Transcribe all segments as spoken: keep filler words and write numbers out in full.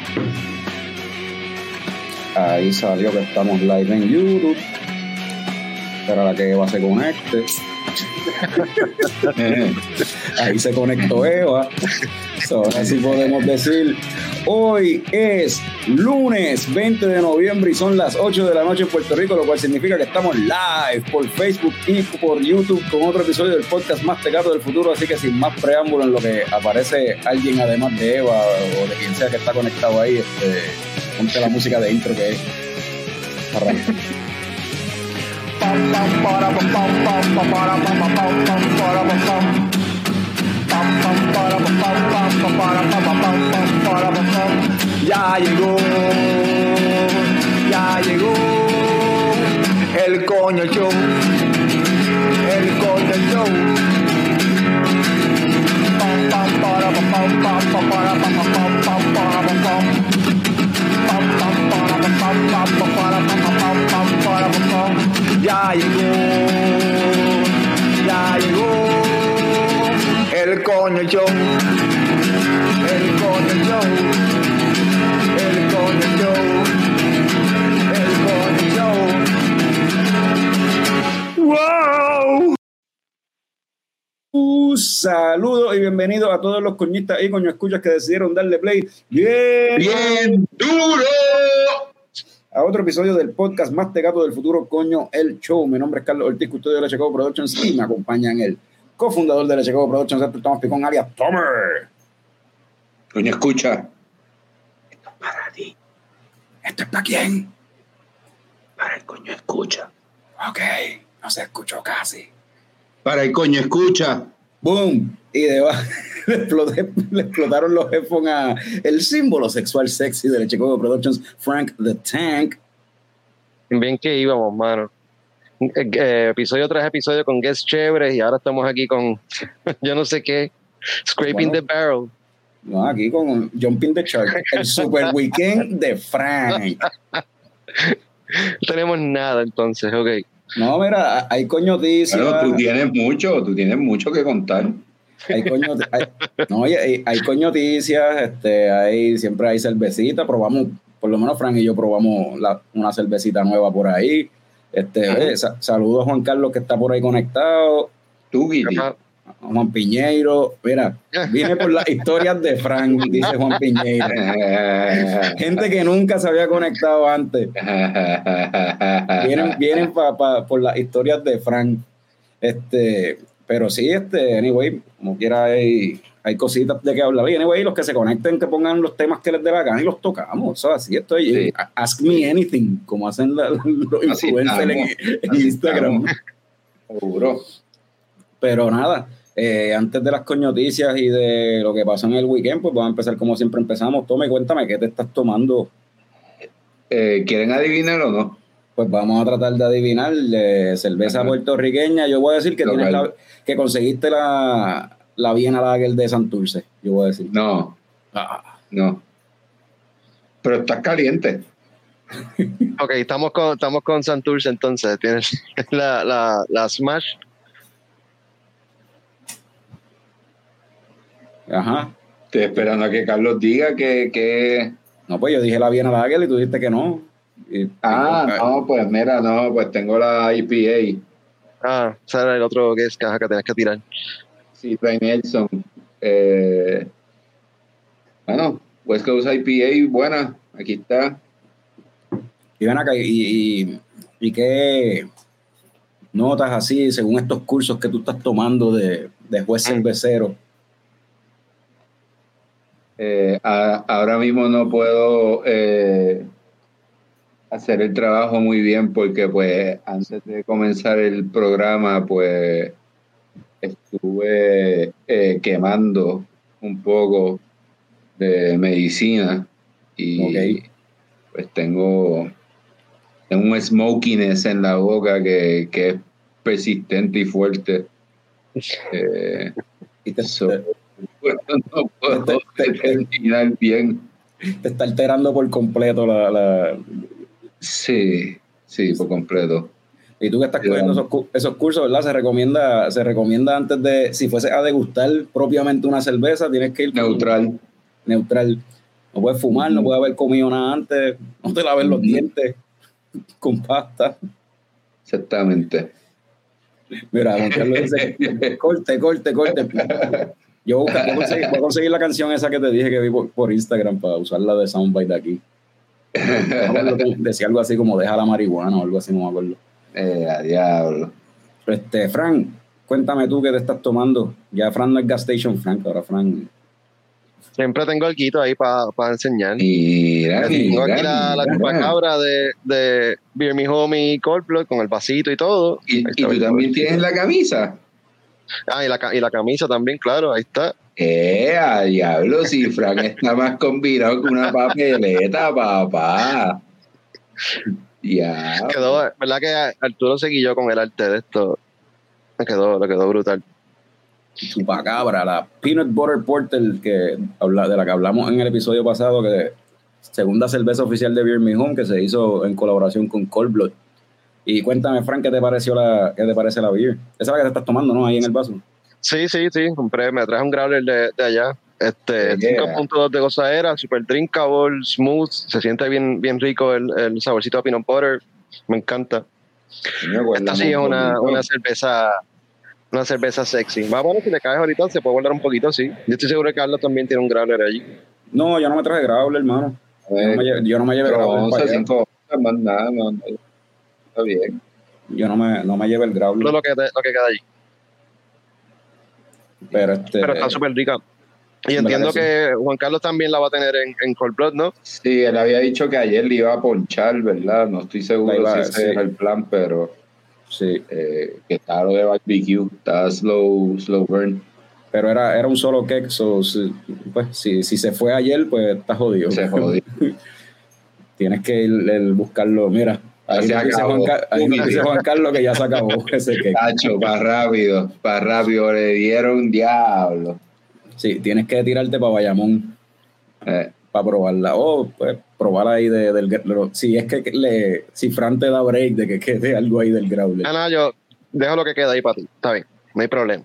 Ahí salió que estamos live en YouTube. Pero a la que Eva se conecte. Ahí se conectó Eva. So, ahora sí podemos decir: hoy es lunes veinte de noviembre y son las ocho de la noche en Puerto Rico, lo cual significa que estamos live por Facebook y por YouTube con otro episodio del podcast Más Tecato del Futuro. Así que sin más preámbulo, en lo que aparece alguien además de Eva o de quien sea que está conectado ahí, este, ponte la música de intro que es. Arranca. Ya llegó, ya llegó el coño show, el coño show. Ya llegó, ya llegó el coño show, el coño show, el coño show, el coño show. ¡Wow! Un saludo y bienvenido a todos los coñistas y coño escuchas que decidieron darle play bien, bien duro a otro episodio del podcast Más Tecato del Futuro, coño, el show. Mi nombre es Carlos Ortiz, custodio de la Chicago Productions, y me acompañan el cofundador de la Chicago Productions, Héctor Tomás Picón, alias Tomer. Coño, escucha. Esto es para ti. ¿Esto es para quién? Para el coño, escucha. Ok, no se escuchó casi. Para el coño, escucha. ¡Boom! Y debajo le, exploté, le explotaron los headphones a el símbolo sexual sexy de la Chicago Productions, Frank the Tank. Bien que íbamos, mano. Eh, eh, episodio tras episodio con guests chéveres y ahora estamos aquí con yo no sé qué, Scraping bueno, the Barrel. No, aquí con Jumping the Shark, el Super Weekend de Frank. No tenemos nada entonces, ok. No, mira, hay coño noticias. Bueno, tú tienes mucho, tú tienes mucho que contar. Hay coño, hay, no, hay, hay coño noticias, este, hay, siempre hay cervecita, probamos, por lo menos Frank y yo probamos la, una cervecita nueva por ahí. Este, eh, sa, saludos a Juan Carlos que está por ahí conectado. Tú, Guiti. Juan Piñeiro, mira, vine por las historias de Frank, dice Juan Piñeiro. Gente que nunca se había conectado antes. Vienen, vienen pa, pa, por las historias de Frank. Este, pero sí, este, anyway, como quiera hay, hay cositas de que hablar. Anyway, los que se conecten, que pongan los temas que les dé la gana y los tocamos. O sea, así estoy. Sí. Ask me anything, como hacen la, los influencers en, en Instagram. Seguro. Pero nada. Eh, antes de las coñoticias y de lo que pasó en el weekend, pues vamos a empezar como siempre empezamos. Toma y cuéntame, ¿qué te estás tomando? Eh, ¿Quieren adivinar o no? Pues vamos a tratar de adivinar. Eh, cerveza Ajá. puertorriqueña. Yo voy a decir que, tienes la, que conseguiste la, la Viena Lager de Santurce. Yo voy a decir. No, ah. no. Pero estás caliente. Ok, estamos con, estamos con Santurce entonces. Tienes la, la, la Smash. Ajá. Estoy esperando a que Carlos diga que, que... No, pues yo dije la Viena Lager y tú dijiste que no. Y, ah, y, no, pues mira, no, pues tengo la I P A. Ah, ese era el otro que es caja que tenías que tirar. Sí, Trae Nelson. Eh, bueno, West Coast I P A, buena, aquí está. Y ven acá, y, y, y qué notas así, según estos cursos que tú estás tomando de, de juez cervecero. Eh, a, ahora mismo no puedo eh, hacer el trabajo muy bien porque pues antes de comenzar el programa pues estuve eh, quemando un poco de medicina y okay. pues tengo, tengo un smokiness en la boca que, que es persistente y fuerte. Eh, y te, so, bueno, no puedo te, terminar bien. Te está alterando por completo la, la... Sí, sí, por completo. Y tú que estás cogiendo esos, esos cursos, ¿verdad? Se recomienda, se recomienda antes de, si fuese a degustar propiamente una cerveza, tienes que ir neutral. Neutral. No puedes fumar, no puedes haber comido nada antes, no te laves los dientes con pasta. Exactamente. Mira, Juan Carlos dice, corte, corte, corte. Yo voy a, conseguir, voy a conseguir la canción esa que te dije que vi por, por Instagram para usarla de soundbite de aquí. No, decía algo así como deja la marihuana o algo así, no me acuerdo. Eh, a diablo. Este, Frank, cuéntame tú qué te estás tomando. Ya Frank no es Gas Station Frank, ahora Frank. Siempre tengo algo ahí para pa enseñar. Mira, tengo mira, aquí la, la mira. chupacabra de, de Beer Me Homie Cold Blood con el vasito y todo. ¿Y, y tú también tienes la camisa? Ah, y la, y la camisa también, claro, ahí está. Eh, a diablo, si Frank está más combinado que una papeleta, papá. Ya. Quedó, ¿verdad que Arturo seguí yo con el arte de esto? Me quedó, le quedó brutal. Chupacabra, la Peanut Butter Porter que habla, de la que hablamos en el episodio pasado, que segunda cerveza oficial de Beer Me Home, que se hizo en colaboración con Cold Blood. Y cuéntame, Frank, ¿qué te pareció la, qué te parece la beer? Esa es la que te estás tomando, ¿no? Ahí en el vaso. Sí, sí, sí, compré, me traje un growler de, de allá. Este, Yeah. cinco punto dos de gozadera, super drinkable, smooth, se siente bien, bien rico el, el saborcito de peanut butter, me encanta. Esta sí es una, una cerveza, una cerveza sexy. Más bueno, si le caes ahorita se puede guardar un poquito, sí. Yo estoy seguro que Carlos también tiene un growler allí. No, yo no me traje growler, hermano. Yo no me llevé, yo no me llevé growler para allá. Cinco, más nada, no, no, está bien. Yo no me, no me llevé el growler. Todo lo que, lo que queda allí. Pero, este, Pero está súper rica. Y entiendo que Juan Carlos también la va a tener en, en Cold Blood, ¿no? Sí, él había dicho que ayer le iba a ponchar, ¿verdad? No estoy seguro iba, si ese sí. era el plan, pero sí. eh, que está lo de barbecue, está slow, slow burn. Pero era, era un solo cake, so, si, pues si, si se fue ayer, pues está jodido. Se jodió. Tienes que ir el buscarlo, mira. Ahí Se nos dice, acabó. Juan, ahí nos dice Juan Carlos que ya se acabó ese cake. Tacho, para rápido, para rápido, le dieron diablo. Sí, tienes que tirarte para Bayamón Eh, para probarla. O pues probar ahí de, del growler. Si es que le, si Fran te da break de que quede algo ahí del growler. Ah, no, yo dejo lo que queda ahí para ti. Está bien, no hay problema.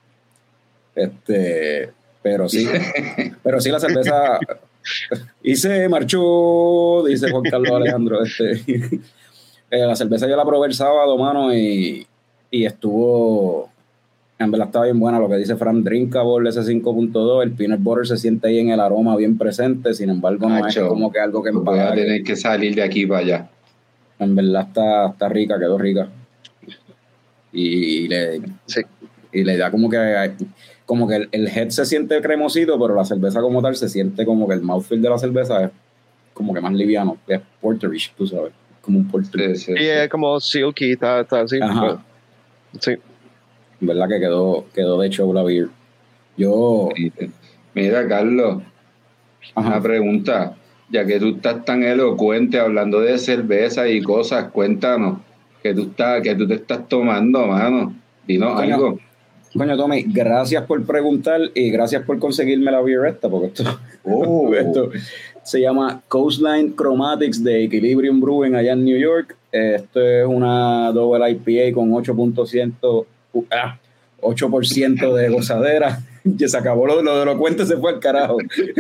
Este, pero sí, pero sí la cerveza y se marchó, dice Juan Carlos Alejandro. Este, eh, la cerveza yo la probé el sábado, mano, y, y estuvo, en verdad estaba bien buena. Lo que dice Fran, drinkable ese cinco punto dos, el peanut butter se siente ahí en el aroma bien presente, sin embargo no Nacho, es como que algo que voy a empague. tener que salir de aquí para allá. En verdad está, está rica, quedó rica. Y, y le, Sí. y le da como que como que el, el head se siente cremosito, pero la cerveza como tal se siente como que el mouthfeel de la cerveza es como que más liviano, es porterish, tú sabes, como un porterish. Sí, sí, Y es como silky, está, está así. Ajá. Sí. En verdad que quedó, quedó de show la beer. Yo, sí. Mira, Carlos, ajá. una pregunta. Ya que tú estás tan elocuente hablando de cerveza y cosas, cuéntanos que tú estás, que tú te estás tomando, mano. Dinos Coño, algo. Coño, Tommy, gracias por preguntar y gracias por conseguirme la beer esta, porque esto, Oh. esto se llama Coastline Chromatics de Equilibrium Brewing allá en New York. Esto es una double I P A con ocho por ciento, ah, ocho por ciento de gozadera. Ya se acabó lo, lo de lo cuento, se fue al carajo.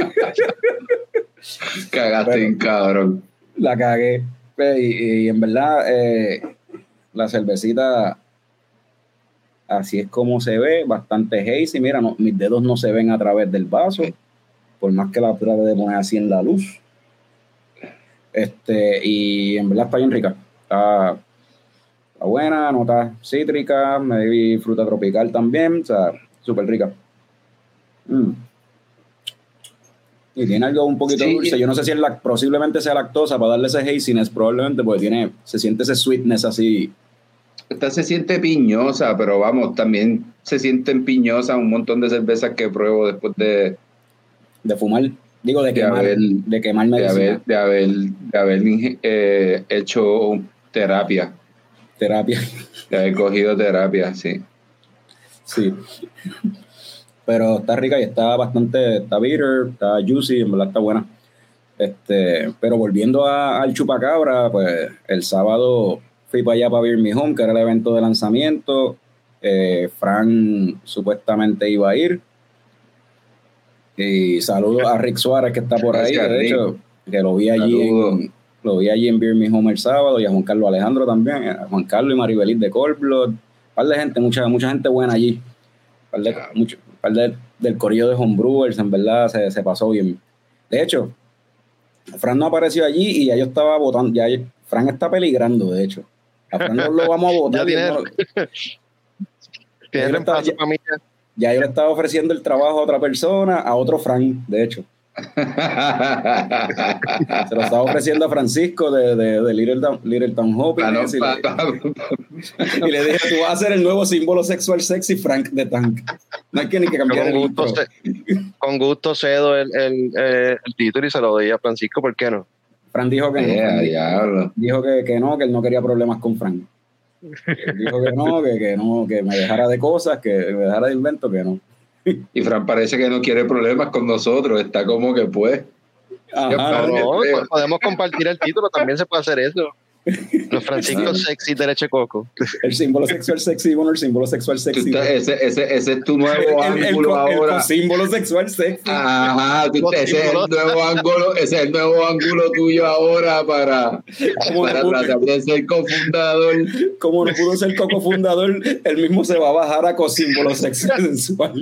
Cagaste Pero- en cabrón. La cagué. Y, y en verdad, eh, la cervecita, así es como se ve, bastante hazy. Mira, no, mis dedos no se ven a través del vaso, por más que la trate de poner así en la luz. Este, y en verdad está bien rica. Está, está buena, nota cítrica, me di fruta tropical también, o sea, súper rica. Mm. Y tiene algo un poquito Sí. dulce. Yo no sé si es la, posiblemente sea lactosa para darle ese haziness, probablemente, porque tiene, se siente ese sweetness así. Esta se siente piñosa, pero vamos, también se sienten piñosas un montón de cervezas que pruebo después de, De fumar, digo, de De quemar, haber- de quemar de medicina, haber, de haber, de haber eh, hecho terapia, terapia. de haber cogido terapia, sí. Sí. Pero está rica y está bastante, está bitter, está juicy, en verdad está buena. Este, pero volviendo a- al chupacabra, pues el sábado fui para allá para Beer Me Home, que era el evento de lanzamiento. Eh, Fran supuestamente iba a ir. Y saludos a Rick Suárez que está por Gracias, ahí, de Rick. hecho, que lo vi allí en, lo vi allí en Beer Me Home el sábado, y a Juan Carlos Alejandro también, a Juan Carlos y Maribelis de Cold Blood, un par de gente, mucha, mucha gente buena allí, un par de, yeah. mucho, un par de del corillo de Homebrewers, en verdad se, se pasó bien. De hecho, Fran no apareció allí y ya yo estaba votando, ya Fran está peligrando, de hecho. A Fran no lo vamos a votar. ya tiene, no, tiene estaba, ya, ya yo le estaba ofreciendo el trabajo a otra persona, a otro Fran, de hecho. Se lo estaba ofreciendo a Francisco de, de, de Little Town, Little Town Hope. Ah, no, y, pa, pa, pa, y le dije, tú vas a ser el nuevo símbolo sexual sexy Frank de Tank. No hay que ni que cambiar con el gusto ce, Con gusto cedo el, el, el, el título y se lo doy a Francisco, ¿por qué no? Fran dijo que yeah, no. Diablo. Dijo que, que no, que él no quería problemas con Frank. Él dijo que no, que, que no, que me dejara de cosas, que me dejara de invento, que no. Y Fran parece que no quiere problemas con nosotros, está como que pues. Ajá, no, no, podemos compartir el título, también se puede hacer eso. Los Francisco Sexy de Leche Coco. El símbolo sexual sexy, bueno, el símbolo sexual sexy. Tú, ese, ese, ese es tu nuevo el, ángulo el, el, ahora. El símbolo sexual sexy. Ajá, tú, ese es el nuevo ángulo, ese es el nuevo ángulo tuyo ahora para, para no tratar de ser cofundador. Como no pudo ser cofundador, él mismo se va a bajar a cosímbolo sexy sensual.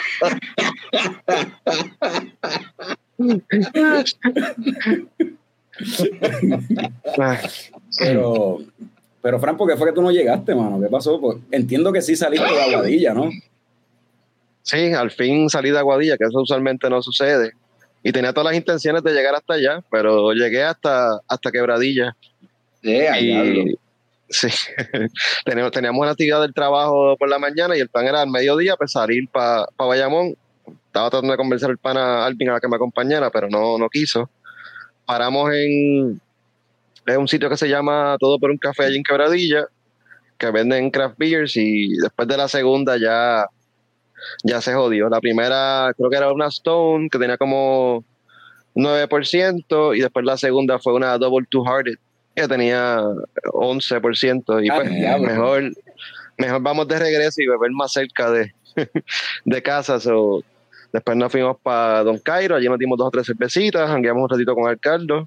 pero, pero Fran, ¿por qué fue que tú no llegaste, mano? ¿Qué pasó? Pues, entiendo que sí saliste de Aguadilla, ¿no? Sí, al fin salí de Aguadilla, que eso usualmente no sucede. Y tenía todas las intenciones de llegar hasta allá, pero llegué hasta, hasta Quebradilla. Yeah, y, sí, teníamos, teníamos una actividad del trabajo por la mañana y el plan era al mediodía pues salir para pa Bayamón. Estaba tratando de convencer al pana Alvin a que me acompañara, pero no, no quiso. Paramos en, en un sitio que se llama Todo por un Café allí en Quebradilla, que venden craft beers, y después de la segunda ya, ya se jodió. La primera creo que era una Stone que tenía como nueve por ciento y después la segunda fue una Double Two Hearted que tenía once por ciento y pues ah, mejor, mejor vamos de regreso y beber más cerca de, de casa. So, después nos fuimos para Don Cairo, allí nos dimos dos o tres cervecitas, jangueamos un ratito con Alcaldo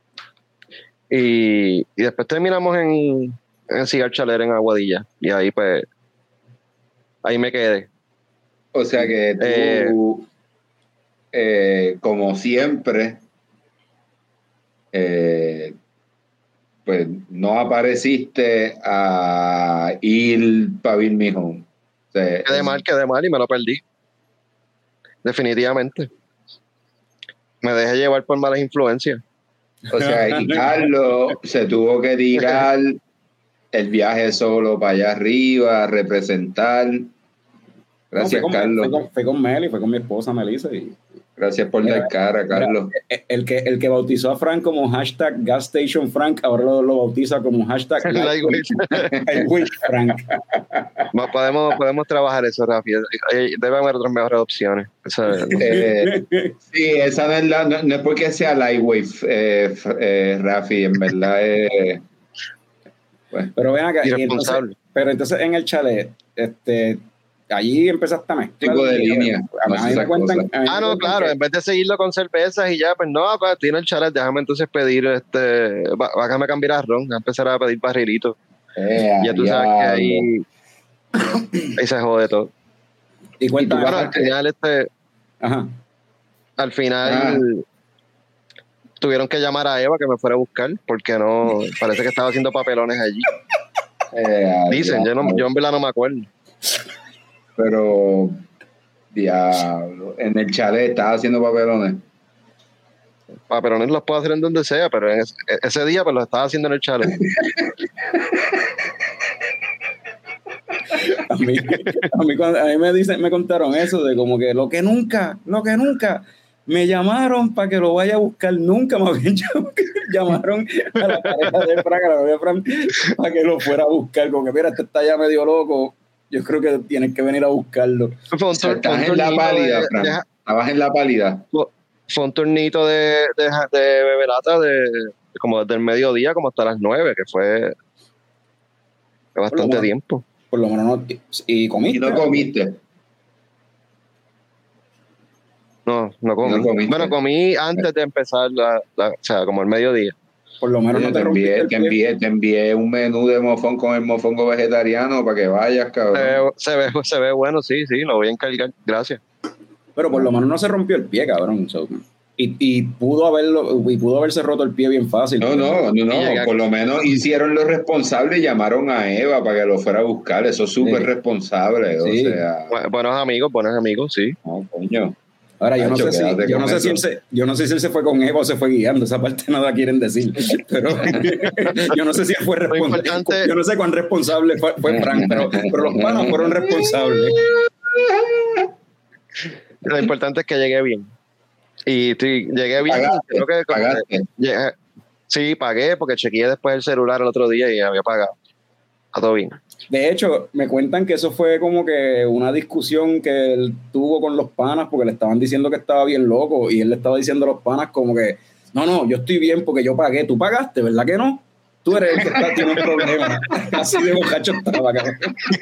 y, y después terminamos en, en Cigar Chalet en Aguadilla y ahí pues ahí me quedé. O sea que tú eh, eh, como siempre eh, pues no apareciste a ir para Beer Me Home. O sea, quedé mal, quedé mal y me lo perdí. Definitivamente. Me dejé llevar por malas influencias. O sea, y Carlos se tuvo que tirar el viaje solo para allá arriba, a representar. Gracias, no, fui con, Carlos. Fui con, fui con Meli, fue con mi esposa Melissa. Y, gracias por dar cara, Carlos. Era, el, que, el que bautizó a Frank como hashtag Gas Station Frank, ahora lo, lo bautiza como hashtag Lightweight Frank. podemos, podemos trabajar eso, Rafi. Debe haber otras mejores opciones. eh, sí, esa no es, la, no, no es porque sea Lightweight, eh, eh, Rafi, en verdad es... Bueno, pero ven acá, entonces, pero entonces en el chalet, este... allí empezaste a mezclar. Tipo de línea. A mí, a mí me cuentan, a mí ah, no, claro, que... en vez de seguirlo con cervezas y ya, pues no, pues tiene el chalet, déjame entonces pedir, este, déjame cambiar a ron, a empezar a pedir barrilitos. Eh, ya tú sabes que ahí, ahí se jode todo. Y cuéntame. Bueno, al final, este, Ajá. al final, ah. tuvieron que llamar a Eva que me fuera a buscar, porque no, parece que estaba haciendo papelones allí. Eh, Dicen, yo, no, yo en verdad no me acuerdo. Pero, diablo, en el chalet estaba haciendo papelones. Papelones los puedo hacer en donde sea, pero en ese, ese día pues los estaba haciendo en el chalet. a, mí, a, mí, a mí me dicen, me contaron eso de como que lo que nunca, lo que nunca me llamaron para que lo vaya a buscar, nunca me habían llamaron a la pareja de Fran, a la novia de Fran, para que lo fuera a buscar, como que mira, este está ya medio loco. Yo creo que tienes que venir a buscarlo. O sea, estás en la pálida, de, Fran. De, Estabas en la pálida. Fue un turnito de, de, de bebelata de, de como desde el mediodía como hasta las nueve, que fue, fue bastante por tiempo. Por lo menos no. ¿Y comiste? ¿Y no comiste? No, no comí. ¿No bueno, comí antes de empezar, la, la, o sea, como el mediodía. Por lo menos Oye, no te, te, envié, te, envié, te envié un menú de mofón con el mofongo vegetariano para que vayas, cabrón. Se ve, se ve, se ve bueno, sí, sí, lo voy a encargar. Gracias. Pero por lo menos no se rompió el pie, cabrón. So, y, y pudo haberlo y pudo haberse roto el pie bien fácil. No, no, no, no. Por lo menos hicieron lo responsable y llamaron a Eva para que lo fuera a buscar. Eso es súper sí. responsable. Sí. O sea, buenos amigos, buenos amigos, sí. No, coño. Ahora, yo no, sé si, yo, no sé si él se, yo no sé si él se fue con Eva o se fue guiando, esa parte no la quieren decir, pero yo no sé si él fue responsable, yo no sé cuán responsable fue, fue Frank, pero, pero los panas fueron responsables. Lo importante es que llegué bien. Y sí, llegué bien. ¿Pagaste? Creo que, ¿Pagaste? Llegué, sí, pagué porque chequeé después el celular el otro día y había pagado. Está todo bien. De hecho, me cuentan que eso fue como que una discusión que él tuvo con los panas porque le estaban diciendo que estaba bien loco y él le estaba diciendo a los panas como que no, no, yo estoy bien porque yo pagué. Tú pagaste, ¿verdad que no? Tú eres el que está, tiene un problema. Así de bocacho estaba, cabrón.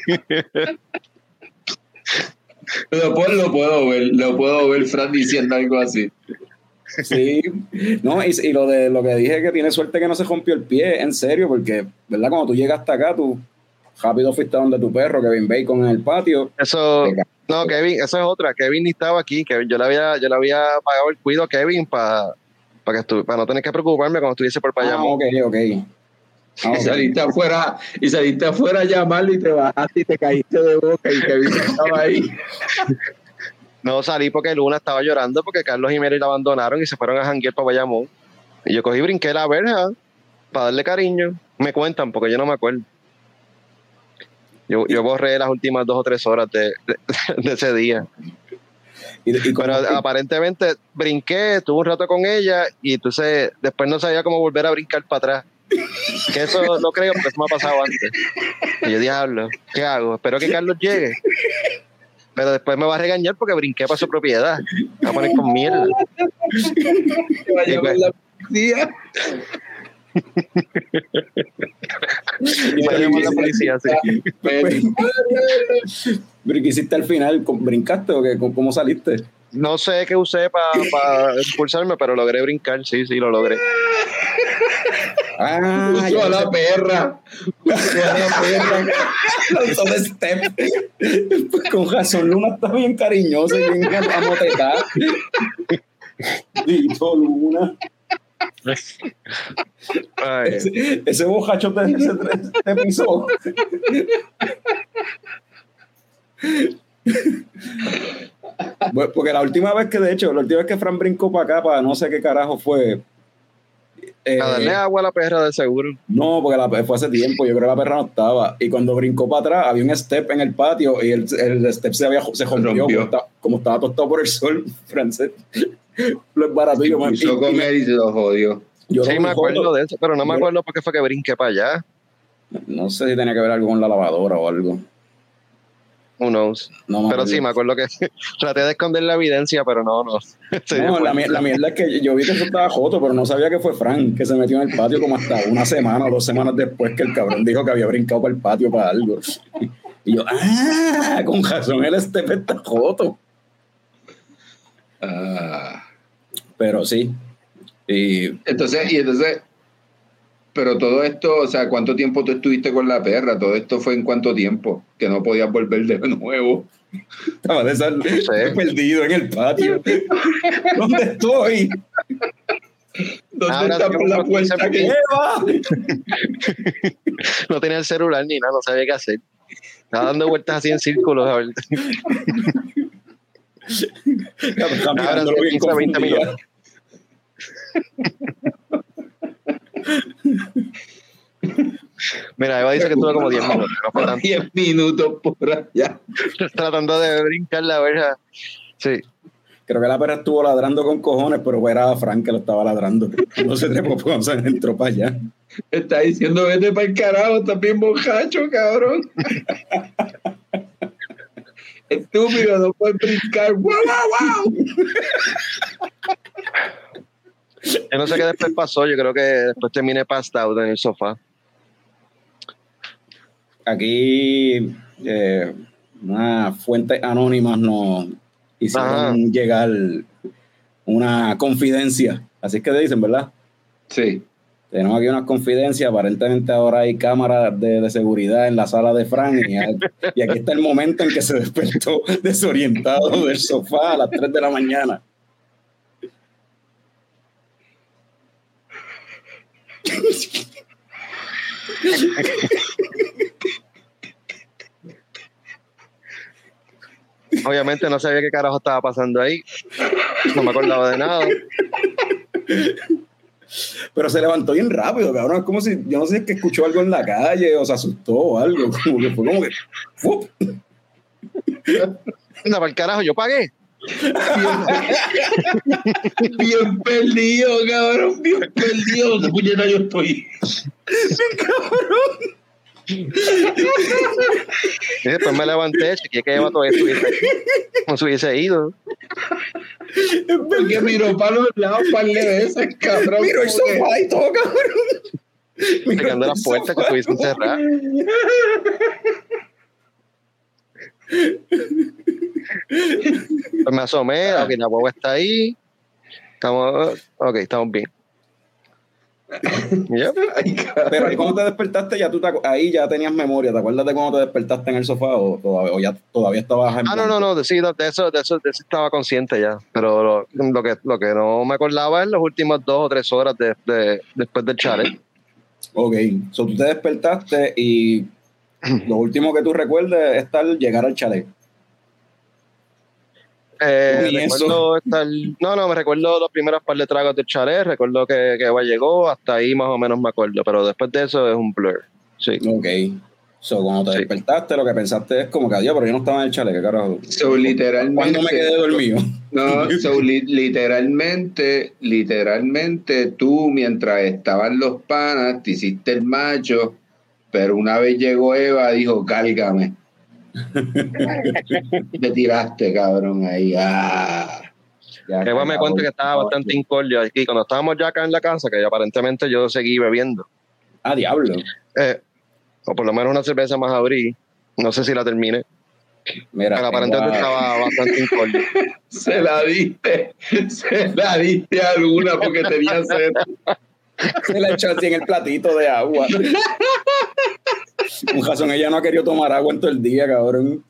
Lo puedo, lo puedo ver, lo puedo ver Fran diciendo algo así. Sí, no, y, y lo de lo que dije que tiene suerte que no se rompió el pie, en serio, porque, ¿verdad? Cuando tú llegas hasta acá, tú rápido fuiste a donde tu perro, Kevin Bacon en el patio. Eso, no, Kevin, eso es otra. Kevin ni estaba aquí, Kevin, yo le había, yo le había pagado el cuido a Kevin para pa que estu- para no tener que preocuparme cuando estuviese por para allá. Ah, ok, ok. Ah, okay. Y saliste afuera, y saliste afuera a llamarlo y te bajaste y te caíste de boca y Kevin estaba ahí. No salí porque Luna estaba llorando porque Carlos y Mary la abandonaron y se fueron a janguear para Bayamón. Y yo cogí y brinqué la verja para darle cariño. Me cuentan porque yo no me acuerdo. Yo, yo borré las últimas dos o tres horas de, de, de ese día. ¿Y, y Pero que... aparentemente brinqué, estuve un rato con ella y entonces después no sabía cómo volver a brincar para atrás. Que eso no creo porque eso me ha pasado antes. Y yo, diablo, ¿qué hago? Espero que Carlos llegue. Pero después me va a regañar porque brinqué para su propiedad. Me va a poner con mierda. Me va a llevar la policía. Y me llamó la policía, sí. ¿Pero qué hiciste al final? ¿Brincaste o qué? ¿Cómo saliste? No sé qué usé para pa impulsarme, pero logré brincar, sí, sí, lo logré. Ah, usó a la perra. Usó a la perra. Lanzó de step. Pues con razón, Luna está bien cariñosa y bien amotetada. Dito Luna. Ay. Ese, ese bojacho te, te, te pisó. Bueno, porque la última vez que, de hecho, la última vez que Fran brincó para acá, para no sé qué carajo fue. Eh, a darle agua a la perra de seguro. No, porque la, fue hace tiempo, yo creo que la perra no estaba. Y cuando brincó para atrás, había un step en el patio y el, el step se, había, se rompió, rompió. Como, estaba, como estaba tostado por el sol, francés. Lo es barato. Yo me hizo comer y se lo jodió. Yo sí, me acuerdo jodo. de eso, pero no me acuerdo por qué fue que brinqué para allá. No sé si tenía que ver algo con la lavadora o algo. Who knows. No, pero sí, me acuerdo que traté de esconder la evidencia, pero no, no. No, la, la mierda es que yo vi que eso estaba joto, pero no sabía que fue Frank, que se metió en el patio como hasta una semana o dos semanas después que el cabrón dijo que había brincado para el patio para algo. Y yo, ah, con razón, él este está joto. Uh, pero sí. Y entonces, y entonces, pero todo esto, o sea, ¿cuánto tiempo tú estuviste con la perra? Todo esto fue en cuánto tiempo, que no podías volver de nuevo. Estaba de sal, sí. perdido en el patio. ¿Dónde estoy? ¿Dónde Ahora está por la puerta que lleva? No tenía el celular ni nada, no sabía qué hacer. Estaba dando vueltas así en círculos. A ver. Ahora sí, quince a veinte minutos. Mira, Eva dice que estuvo como diez minutos. No fue tanto. diez minutos por allá. Tratando de brincar la verja. Sí. Creo que la perra estuvo ladrando con cojones, pero era Frank que lo estaba ladrando. No se trepó cuando se entró para allá. Está diciendo, vete para el carajo, estás bien bojacho, cabrón. Estúpido, no puedes brincar. ¡Wow, wow, wow! Yo no sé qué después pasó. Yo creo que después terminé passed out en el sofá. Aquí, eh, unas fuentes anónimas nos hicieron llegar una confidencia. Así es que te dicen, ¿verdad? Sí. Tenemos aquí unas confidencias. Aparentemente ahora hay cámaras de, de seguridad en la sala de Frank. Y, y aquí está el momento en que se despertó desorientado del sofá a las tres de la mañana. Obviamente no sabía qué carajo estaba pasando ahí. No me acordaba de nada. Pero se levantó bien rápido, cabrón. Es como si, yo no sé si es que escuchó algo en la calle o se asustó o algo. Como que fue como que. ¡fup! No, para el carajo, yo pagué. Bien, bien perdido, cabrón. Bien perdido. ¿Qué puñeta yo estoy? Cabrón. Y después me levanté, chequeé que Eva todavía estuviese aquí. No se hubiese ido. Porque miró para los lados un par de veces, cabrón. Miro el sofá y todo, cabrón. Checando las puertas que estuviesen cerradas. Pues me asomé, ok, la huevo está ahí. Estamos, ok, estamos bien. Yep. Pero ahí cuando te despertaste, ya tú te, ahí ya tenías memoria. ¿Te acuerdas de cuando te despertaste en el sofá o todavía, o ya todavía estabas en Ah, no, no, no, de, sí, de eso, de eso, de eso estaba consciente ya. Pero lo, lo que lo que no me acordaba es las últimas dos o tres horas de, de, después del chalet. Ok, so tú te despertaste y lo último que tú recuerdes es estar, llegar al chalet. Eh, recuerdo estar, no, no, me recuerdo los primeros par de tragos del chalet, recuerdo que, que Eva llegó, hasta ahí más o menos me acuerdo, pero después de eso es un blur. Sí. Ok. So, cuando te sí. despertaste, lo que pensaste es como que adiós, pero yo no estaba en el chalet, ¿qué carajo? So, literalmente. ¿Cuándo me quedé dormido? No, so, li- literalmente, literalmente tú, mientras estaban los panas, te hiciste el macho, pero una vez llegó Eva, dijo, cálgame. Te tiraste, cabrón, ahí. Ah, Eva me cuenta que estaba bastante incordio aquí. Cuando estábamos ya acá en la casa, que aparentemente yo seguí bebiendo. Ah, diablo. Eh, o por lo menos una cerveza más abrí. No sé si la terminé. Mira, pero aparentemente Eva... estaba bastante incordio. Se la diste. Se la diste a alguna porque tenía sed. Se la echó así en el platito de agua. Un razón, ella no ha querido tomar agua en todo el día, cabrón.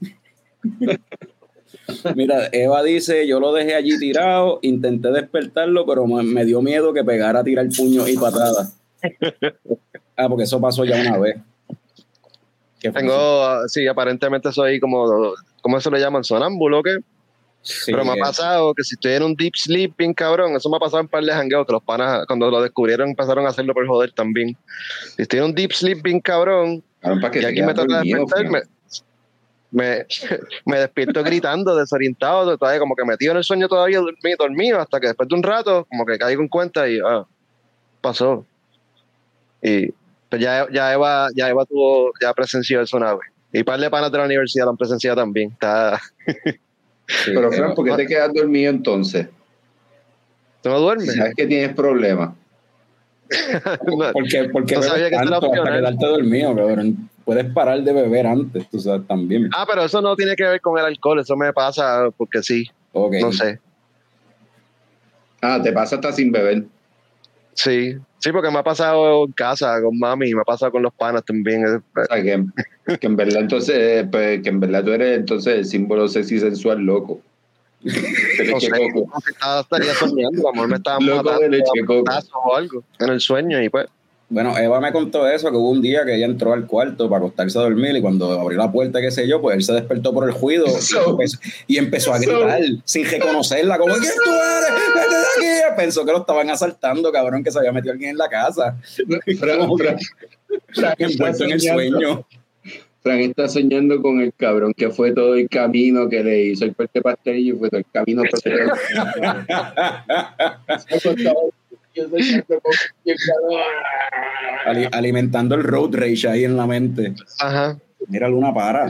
Mira, Eva dice, yo lo dejé allí tirado, intenté despertarlo, pero me, me dio miedo que pegara a tirar puños y patadas. Ah, porque eso pasó ya una vez. Tengo, sí, aparentemente soy como, ¿cómo se le llaman? ¿Sonámbulo qué? Sí, pero me ha pasado que si estoy en un deep sleep bien cabrón, eso me ha pasado en un par de jangueos que los panas cuando lo descubrieron empezaron a hacerlo por joder también. Si estoy en un deep sleep bien cabrón, claro, y aquí me toca despertarme, me, me despierto gritando, desorientado, todavía como que metido en el sueño todavía dormido, dormido, hasta que después de un rato como que caigo en cuenta y ah, pasó. Y pues ya, ya Eva, ya Eva tuvo, ya presenció eso una vez. Y un par de panas de la universidad lo han presenciado también. Está... Sí, pero Fran, ¿por qué te quedas dormido entonces? ¿Tú no duermes? ¿Sabes que tienes problemas? porque porque no sabía que tanto hasta opcional. quedarte dormido, cabrón. Puedes parar de beber antes, tú sabes, también. Ah, pero eso no tiene que ver con el alcohol, eso me pasa porque sí. Okay. No sé. Ah, te pasa hasta sin beber. Sí, sí, porque me ha pasado en casa con mami y me ha pasado con los panas también. O sea, que, que en verdad entonces, pues, que en verdad tú eres entonces el símbolo sexy sensual loco. No sé, estaría soñando, amor, me estaba loco matando de o algo en el sueño y pues. Bueno, Eva me contó eso, que hubo un día que ella entró al cuarto para acostarse a dormir y cuando abrió la puerta, qué sé yo, pues él se despertó por el ruido so, y, empezó, y empezó a gritar so, sin reconocerla, como, ¿quién tú eres? ¡Vete de aquí! Pensó que lo estaban asaltando, cabrón, que se había metido alguien en la casa. Envuelto en el sueño. Fran está soñando con el cabrón que fue todo el camino que le hizo el puente pastelillo y fue todo el camino. Alimentando el road rage ahí en la mente. Ajá. Mira, Luna, para.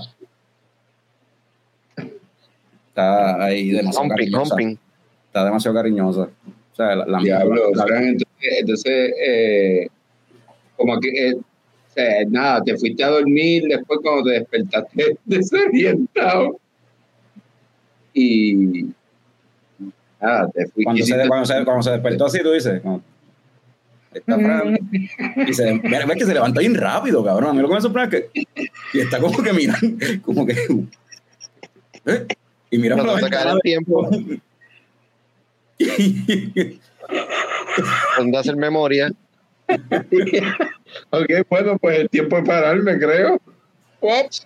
Está ahí demasiado humping, cariñosa. Humping. Está demasiado cariñosa. O sea, la, la Diablo, la, Fran, entonces, entonces eh, como que eh, o sea, nada, te fuiste a dormir, después cuando te despertaste desorientado. Y ah, te fui, cuando, se, cuando, se, cuando se despertó así, tú dices, no, está Fran, y se, mira, ves que se levanta bien rápido, cabrón. A mí lo que me sorprende es que y está como que mirando, como que ¿eh? Y mira no, para la ventana el tiempo. ¿Dónde hacer memoria? Ok, bueno, pues el tiempo de pararme, creo. Ups.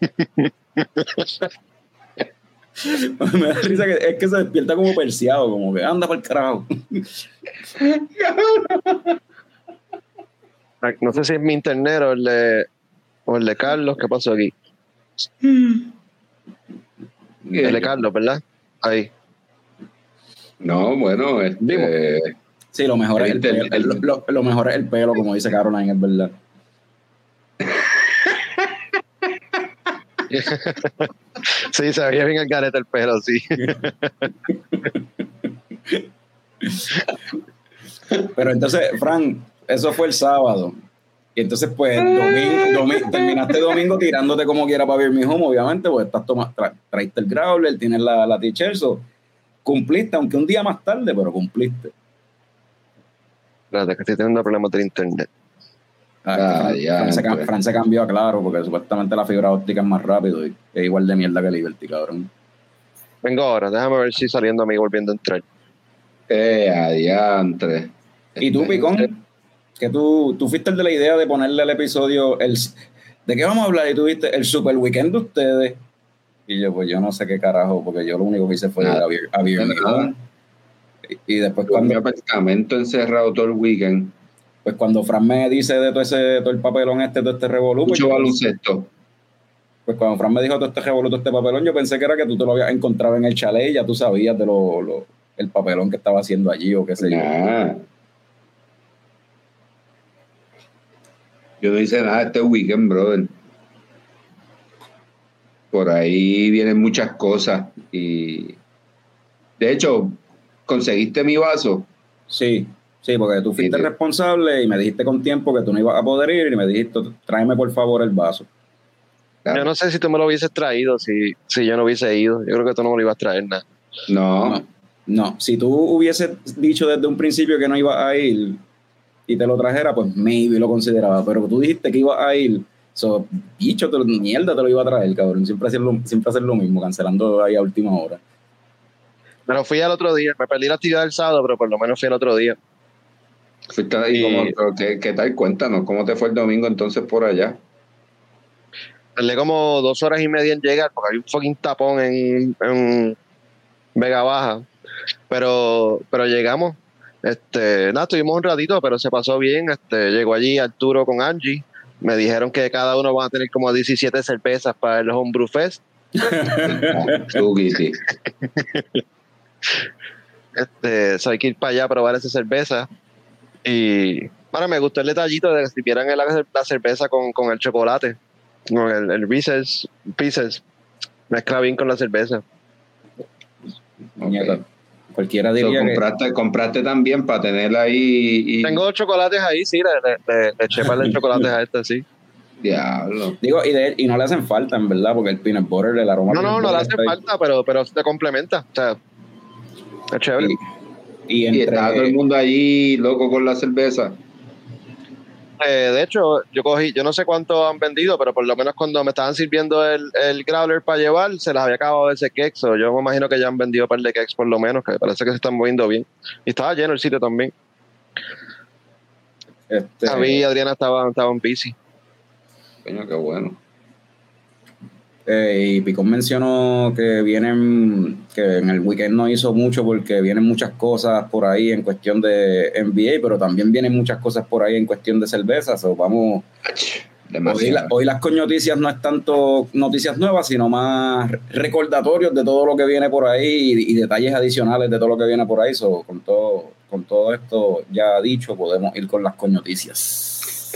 Me da risa que es que se despierta como perseado, como que anda para el carajo. No sé si es mi internet o el de, o el de Carlos. ¿Qué pasó aquí? El de Carlos, ¿verdad? Ahí. No, bueno, este, sí, lo mejor es el pelo, el, lo, lo mejor es el pelo, como dice Caroline, es verdad. Sí, se veía bien el garete el pelo, sí. Pero entonces, Fran, eso fue el sábado. Y entonces, pues, domingo, domingo, terminaste domingo tirándote como quiera para ver mi home, obviamente, porque estás toma, tra, traiste el growler, tienes la, la t-shirt, so, cumpliste, aunque un día más tarde, pero cumpliste. Espérate, que estoy teniendo problemas del internet. Ah, ah, Fran, ya, Fran, se, pues. Fran se cambió a Claro, porque supuestamente la fibra óptica es más rápido y es igual de mierda que Liberty, cabrón. Vengo ahora, déjame ver si saliendo a mí volviendo a entrar. Eh, adiantre. ¿Y tú, Picón? Que tú, tú fuiste el de la idea de ponerle al episodio el, ¿de qué vamos a hablar? Y tú viste el Super Weekend de ustedes. Y yo, pues yo no sé qué carajo, porque yo lo único que hice fue ir a Beer Me Home. Y, y después yo cuando... mi apartamento encerrado todo el weekend. Pues cuando Fran me dice de todo ese, todo el papelón este, todo este revolú. Mucho pues, baloncesto. Pues cuando Fran me dijo todo este revolú, todo este papelón, yo pensé que era que tú te lo habías encontrado en el chalet y ya tú sabías de lo, lo el papelón que estaba haciendo allí o qué sé nah. yo. Yo no hice nada este weekend, brother. Por ahí vienen muchas cosas y de hecho, ¿conseguiste mi vaso? Sí, sí, porque tú fuiste sí, responsable y me dijiste con tiempo que tú no ibas a poder ir y me dijiste, tráeme por favor el vaso. Claro. Yo no sé si tú me lo hubieses traído, si, si yo no hubiese ido. Yo creo que tú no me lo ibas a traer nada. No. No, no. Si tú hubieses dicho desde un principio que no ibas a ir y te lo trajera, pues maybe lo consideraba. Pero tú dijiste que ibas a ir, so, bicho, te lo, mierda te lo iba a traer, cabrón. Siempre hacer lo, siempre hacer lo mismo, cancelando ahí a última hora. Pero fui al otro día, me perdí la actividad del sábado, pero por lo menos fui al otro día. Fuiste ahí, y, como, ¿qué, ¿qué tal? Cuéntanos, ¿cómo te fue el domingo entonces por allá? Tardé como dos horas y media en llegar, porque hay un fucking tapón en, en Vega Baja. Pero, pero llegamos. Este, nada, estuvimos un ratito, pero se pasó bien. Este, llegó allí Arturo con Angie. Me dijeron que cada uno va a tener como diecisiete cervezas para el Homebrew Fest. este, so hay que ir para allá a probar esa cerveza. Y bueno, me gustó el detallito de que sirvieran la, la cerveza con, con el chocolate, con el, el Reese's Pieces. Mezcla bien con la cerveza. Okay. Cualquiera diría so, compraste, que... compraste también para tenerla ahí. Y... Tengo dos chocolates ahí, sí, le, le, le eché para los chocolates a este, sí. Diablo. Digo, y, de, y no le hacen falta, en verdad, porque el peanut butter, el aroma. No, no, no le hace falta, pero, pero te complementa. O sea, es chévere. Y, y, entre... y está todo el mundo allí loco con la cerveza. Eh, de hecho, yo cogí, yo no sé cuánto han vendido, pero por lo menos cuando me estaban sirviendo el, el growler para llevar, se les había acabado ese kex. So yo me imagino que ya han vendido un par de kex por lo menos, que parece que se están moviendo bien. Y estaba lleno el sitio también. Este... A mí y Adriana estaban estaba en bici. Coño, qué bueno. Eh, y Picón mencionó que vienen, que en el weekend no hizo mucho porque vienen muchas cosas por ahí en cuestión de N B A, pero también vienen muchas cosas por ahí en cuestión de cervezas. So, vamos, hoy, la, hoy las coñoticias no es tanto noticias nuevas, sino más recordatorios de todo lo que viene por ahí y, y detalles adicionales de todo lo que viene por ahí. So, con todo, con todo esto ya dicho, podemos ir con las coñoticias.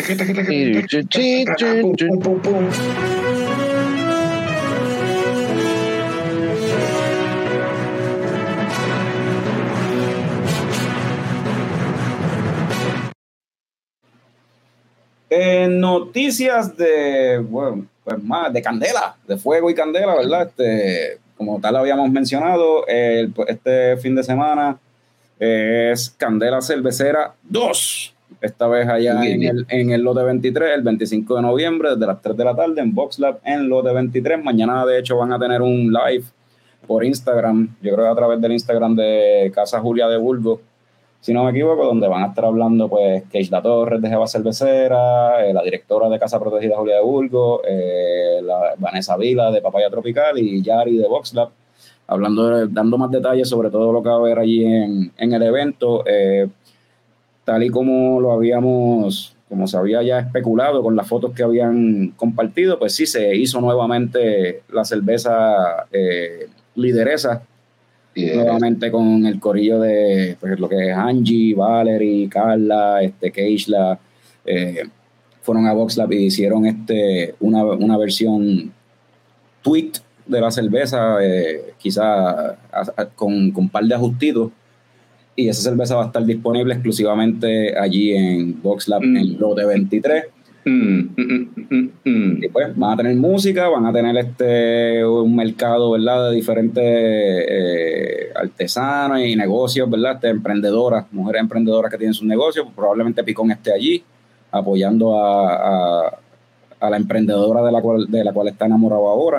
Eh, noticias de, bueno, pues más, de candela, de fuego y candela, ¿verdad? Este, como tal habíamos mencionado, el, este fin de semana es Candela Cervecera dos. Esta vez allá sí, en, el, en el lote veintitrés, el veinticinco de noviembre, desde las tres de la tarde, en VoxLab, en lote veintitrés. Mañana, de hecho, van a tener un live por Instagram, yo creo que a través del Instagram de Casa Julia de Burgos, si no me equivoco, donde van a estar hablando, pues, Keishla Torres de Jeva Cervecera, eh, la directora de Casa Protegida Julia de Burgos, eh, la Vanessa Vila de Papaya Tropical y Yari de VoxLab, hablando, dando más detalles sobre todo lo que va a haber allí en, en el evento. Eh, tal y como lo habíamos, como se había ya especulado con las fotos que habían compartido, pues sí, se hizo nuevamente la cerveza eh, lideresa, yeah. nuevamente con el corillo de pues, lo que es Angie, Valerie, Carla, este, Keishla, eh, fueron a VoxLab y hicieron este, una, una versión tweet de la cerveza, eh, quizá con, con un par de ajustitos. Y esa cerveza va a estar disponible exclusivamente allí en VoxLab mm. en lote veintitrés. Mm, mm, mm, mm. Y pues van a tener música, van a tener este un mercado, ¿verdad?, de diferentes eh, artesanos y negocios, ¿verdad?, este, emprendedoras, mujeres emprendedoras que tienen sus negocios. Probablemente Picón esté allí apoyando a, a, a la emprendedora de la cual, de la cual está enamorado ahora.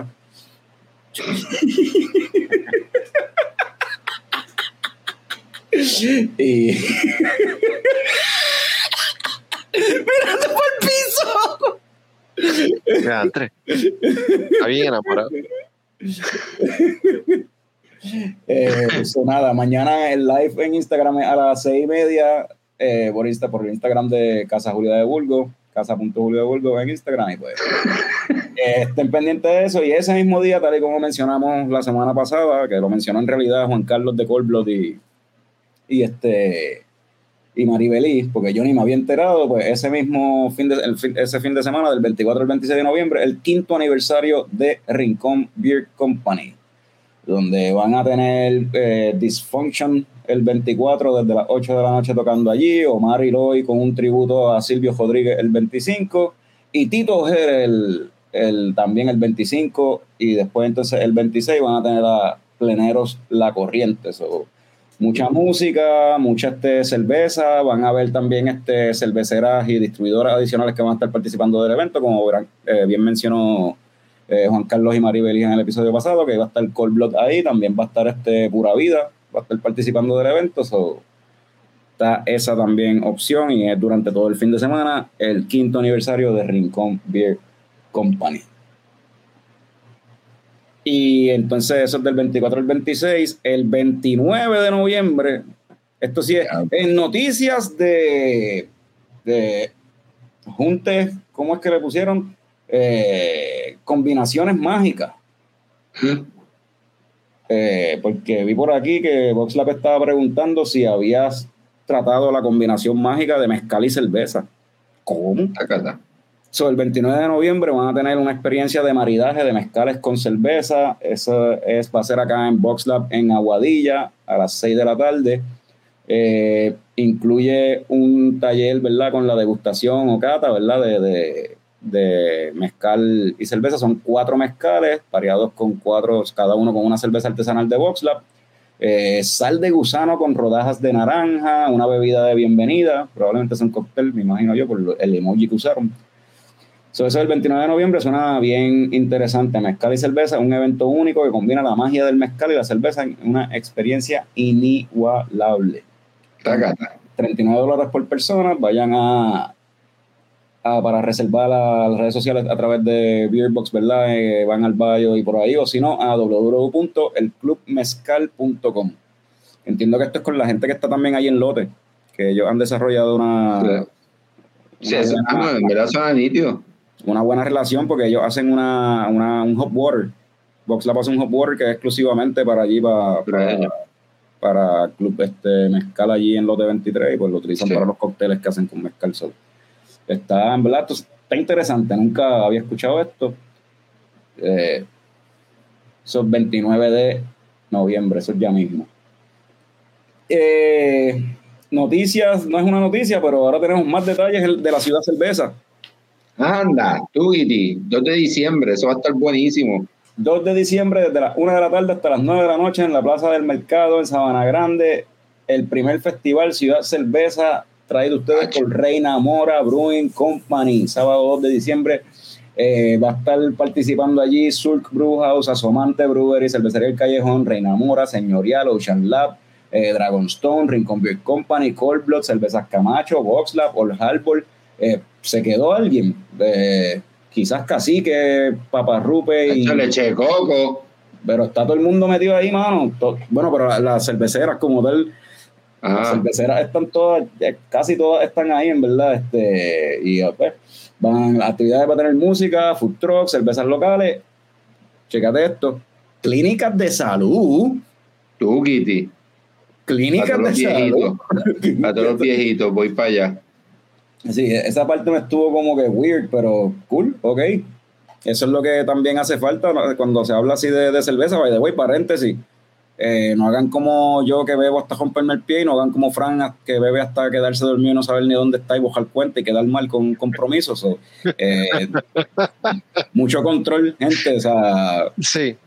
Y mirando por el piso. Mira, Andrés. Está bien enamorado. Eh, eso nada, mañana el live en Instagram a las seis y media eh, por, Insta, por el Instagram de Casa Julia de Burgos, casa.julio de Burgos en Instagram, y pues eh, estén pendientes de eso. Y ese mismo día, tal y como mencionamos la semana pasada, que lo mencionó en realidad Juan Carlos de Coldblood y y este y Maribelí, porque yo ni me había enterado, pues ese mismo fin de, el fin, ese fin de semana del veinticuatro al veintiséis de noviembre, el quinto aniversario de Rincón Beer Company, donde van a tener eh, Dysfunction el veinticuatro desde las ocho de la noche tocando allí, Omar y Loy con un tributo a Silvio Rodríguez el veinticinco, y Tito Ojer el, el, también el veinticinco, y después entonces el veintiséis van a tener a Pleneros La Corriente. So, mucha música, mucha este, cerveza, van a haber también este, cerveceras y distribuidoras adicionales que van a estar participando del evento, como eh, bien mencionó eh, Juan Carlos y Maribel en el episodio pasado, que va a estar Coldblood ahí, también va a estar este, Pura Vida, va a estar participando del evento, so, está esa también opción, y es durante todo el fin de semana el quinto aniversario de Rincón Beer Company. Y entonces eso es del veinticuatro al veintiséis. El veintinueve de noviembre, esto sí es en noticias de, de juntes, ¿cómo es que le pusieron? Eh, combinaciones mágicas. ¿Mm? Eh, porque vi por aquí que VoxLab estaba preguntando si habías tratado la combinación mágica de mezcal y cerveza. ¿Cómo? Acá. So, el veintinueve de noviembre van a tener una experiencia de maridaje de mezcales con cerveza. Eso es, va a ser acá en VoxLab en Aguadilla a las seis de la tarde. Eh, incluye un taller, ¿verdad?, con la degustación o cata, ¿verdad?, de, de, de mezcal y cerveza. Son cuatro mezcales variados con cuatro, cada uno con una cerveza artesanal de VoxLab. Eh, sal de gusano con rodajas de naranja, una bebida de bienvenida, probablemente es un cóctel, me imagino yo, por el emoji que usaron. So, eso el veintinueve de noviembre suena bien interesante. Mezcal y cerveza, un evento único que combina la magia del mezcal y la cerveza en una experiencia inigualable. Tacata. treinta y nueve dólares por persona. Vayan a, a para reservar a las redes sociales a través de Beerbox, ¿verdad? Eh, van al bio y por ahí, o si no, a doble u doble u doble u punto el club mezcal punto com. Entiendo que esto es con la gente que está también ahí en lote, que ellos han desarrollado una... Sí, una, eso, buena, en verdad suena nítido. Una buena relación, porque ellos hacen una, una un hop water. VoxLab hace un hop water que es exclusivamente para allí, para, para, para Club este, Mezcal allí en lote veintitrés, y pues lo utilizan sí. para los cócteles que hacen con mezcal. So, está, en verdad, está interesante. Nunca había escuchado esto. Eh, eso es veintinueve de noviembre, eso es ya mismo. Eh, noticias, no es una noticia, pero ahora tenemos más detalles de la Ciudad Cerveza. Anda, Tugiti, dos de diciembre, eso va a estar buenísimo. dos de diciembre, desde las una de la tarde hasta las nueve de la noche en la Plaza del Mercado en Sabana Grande, el primer festival Ciudad Cerveza, traído ustedes por Reina Mora Brewing Company, sábado dos de diciembre. Eh, va a estar participando allí Sulk Brewhouse, Asomante Brewery, Cervecería El Callejón, Reina Mora, Señorial, Ocean Lab, eh, Dragonstone, Rincon Beer Company, Cold Blood, Cervezas Camacho, Box Lab, Old Harbor. Eh, ¿Se quedó alguien? Eh, quizás Cacique, Paparrupe y... leche de coco. Pero está todo el mundo metido ahí, mano. Todo, bueno, pero las, las cerveceras como tal, Ajá. las cerveceras están todas, casi todas están ahí, en verdad. Este, y pues... van actividades para tener música, food trucks, cervezas locales. Chécate esto. Clínicas de salud. Tú, Kitty. Clínicas de salud. A todos los viejitos, voy para allá. Sí, esa parte me estuvo como que weird, pero cool, ok. Eso es lo que también hace falta cuando se habla así de, de cerveza. By the way, paréntesis. Eh, no hagan como yo que bebo hasta romperme el pie y no hagan como Fran que bebe hasta quedarse dormido y no saber ni dónde está y bojar cuenta y quedar mal con compromisos. So, eh, mucho control, gente. O sea, sí.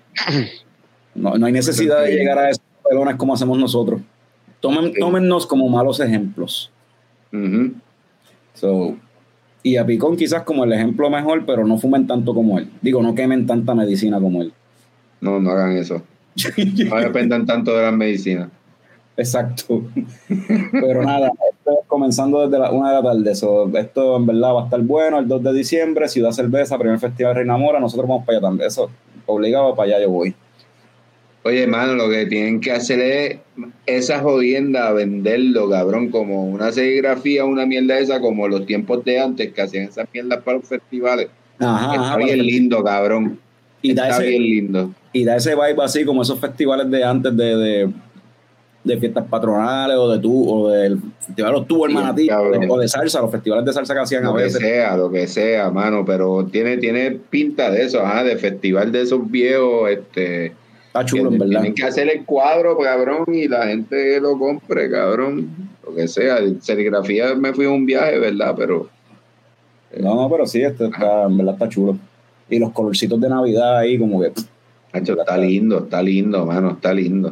no, no hay necesidad de llegar a esos pelones como hacemos nosotros. Tomen, tómennos como malos ejemplos. Uh-huh. So, y a Picón quizás como el ejemplo mejor, pero no fumen tanto como él. Digo, no quemen tanta medicina como él. No, no hagan eso. No dependan tanto de las medicinas. Exacto. Pero nada, esto es comenzando desde las una de la tarde. So, esto en verdad va a estar bueno. El dos de diciembre, Ciudad Cerveza, primer festival Reina Mora. Nosotros vamos para allá también. Eso, obligado para allá yo voy. Oye, hermano, lo que tienen que hacer es esa jodienda, venderlo, cabrón, como una serigrafía, una mierda esa, como los tiempos de antes que hacían esas mierdas para los festivales. Ajá, Está ajá, bien para lindo, cabrón. Y Está da ese, bien lindo. Y da ese vibe así como esos festivales de antes de, de, de fiestas patronales o de tú, o del festival o tú, hermanatí, sí, o de salsa, los festivales de salsa que hacían lo a veces. Lo que sea, lo que sea, mano, pero tiene, tiene pinta de eso, ajá, de festival de esos viejos, este... Está chulo, en verdad. Tienen que hacer el cuadro, cabrón, y la gente lo compre, cabrón. Lo que sea. Serigrafía me fui a un viaje, ¿verdad? Pero... No, no, pero sí, este está, en verdad está chulo. Y los colorcitos de Navidad ahí como que... Hacho, está lindo, está lindo, mano, está lindo.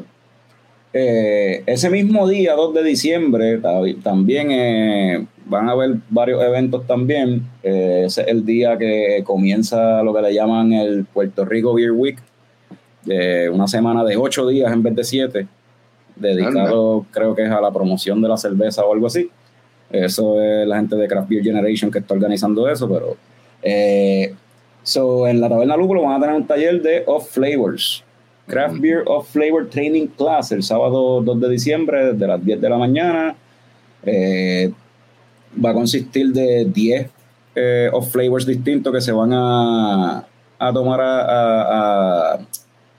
Eh, ese mismo día, dos de diciembre, también eh, van a haber varios eventos también. Eh, ese es el día que comienza lo que le llaman el Puerto Rico Beer Week. Eh, una semana de ocho días en vez de siete, dedicado Anda. creo que es a la promoción de la cerveza o algo así. Eso es la gente de Craft Beer Generation que está organizando eso, pero eh, so, en la Taberna Lúpulo van a tener un taller de Off Flavors, Craft mm. Beer Off Flavor Training Class, el sábado dos de diciembre desde las diez de la mañana. Eh, va a consistir de diez eh, Off Flavors distintos que se van a, a tomar a, a, a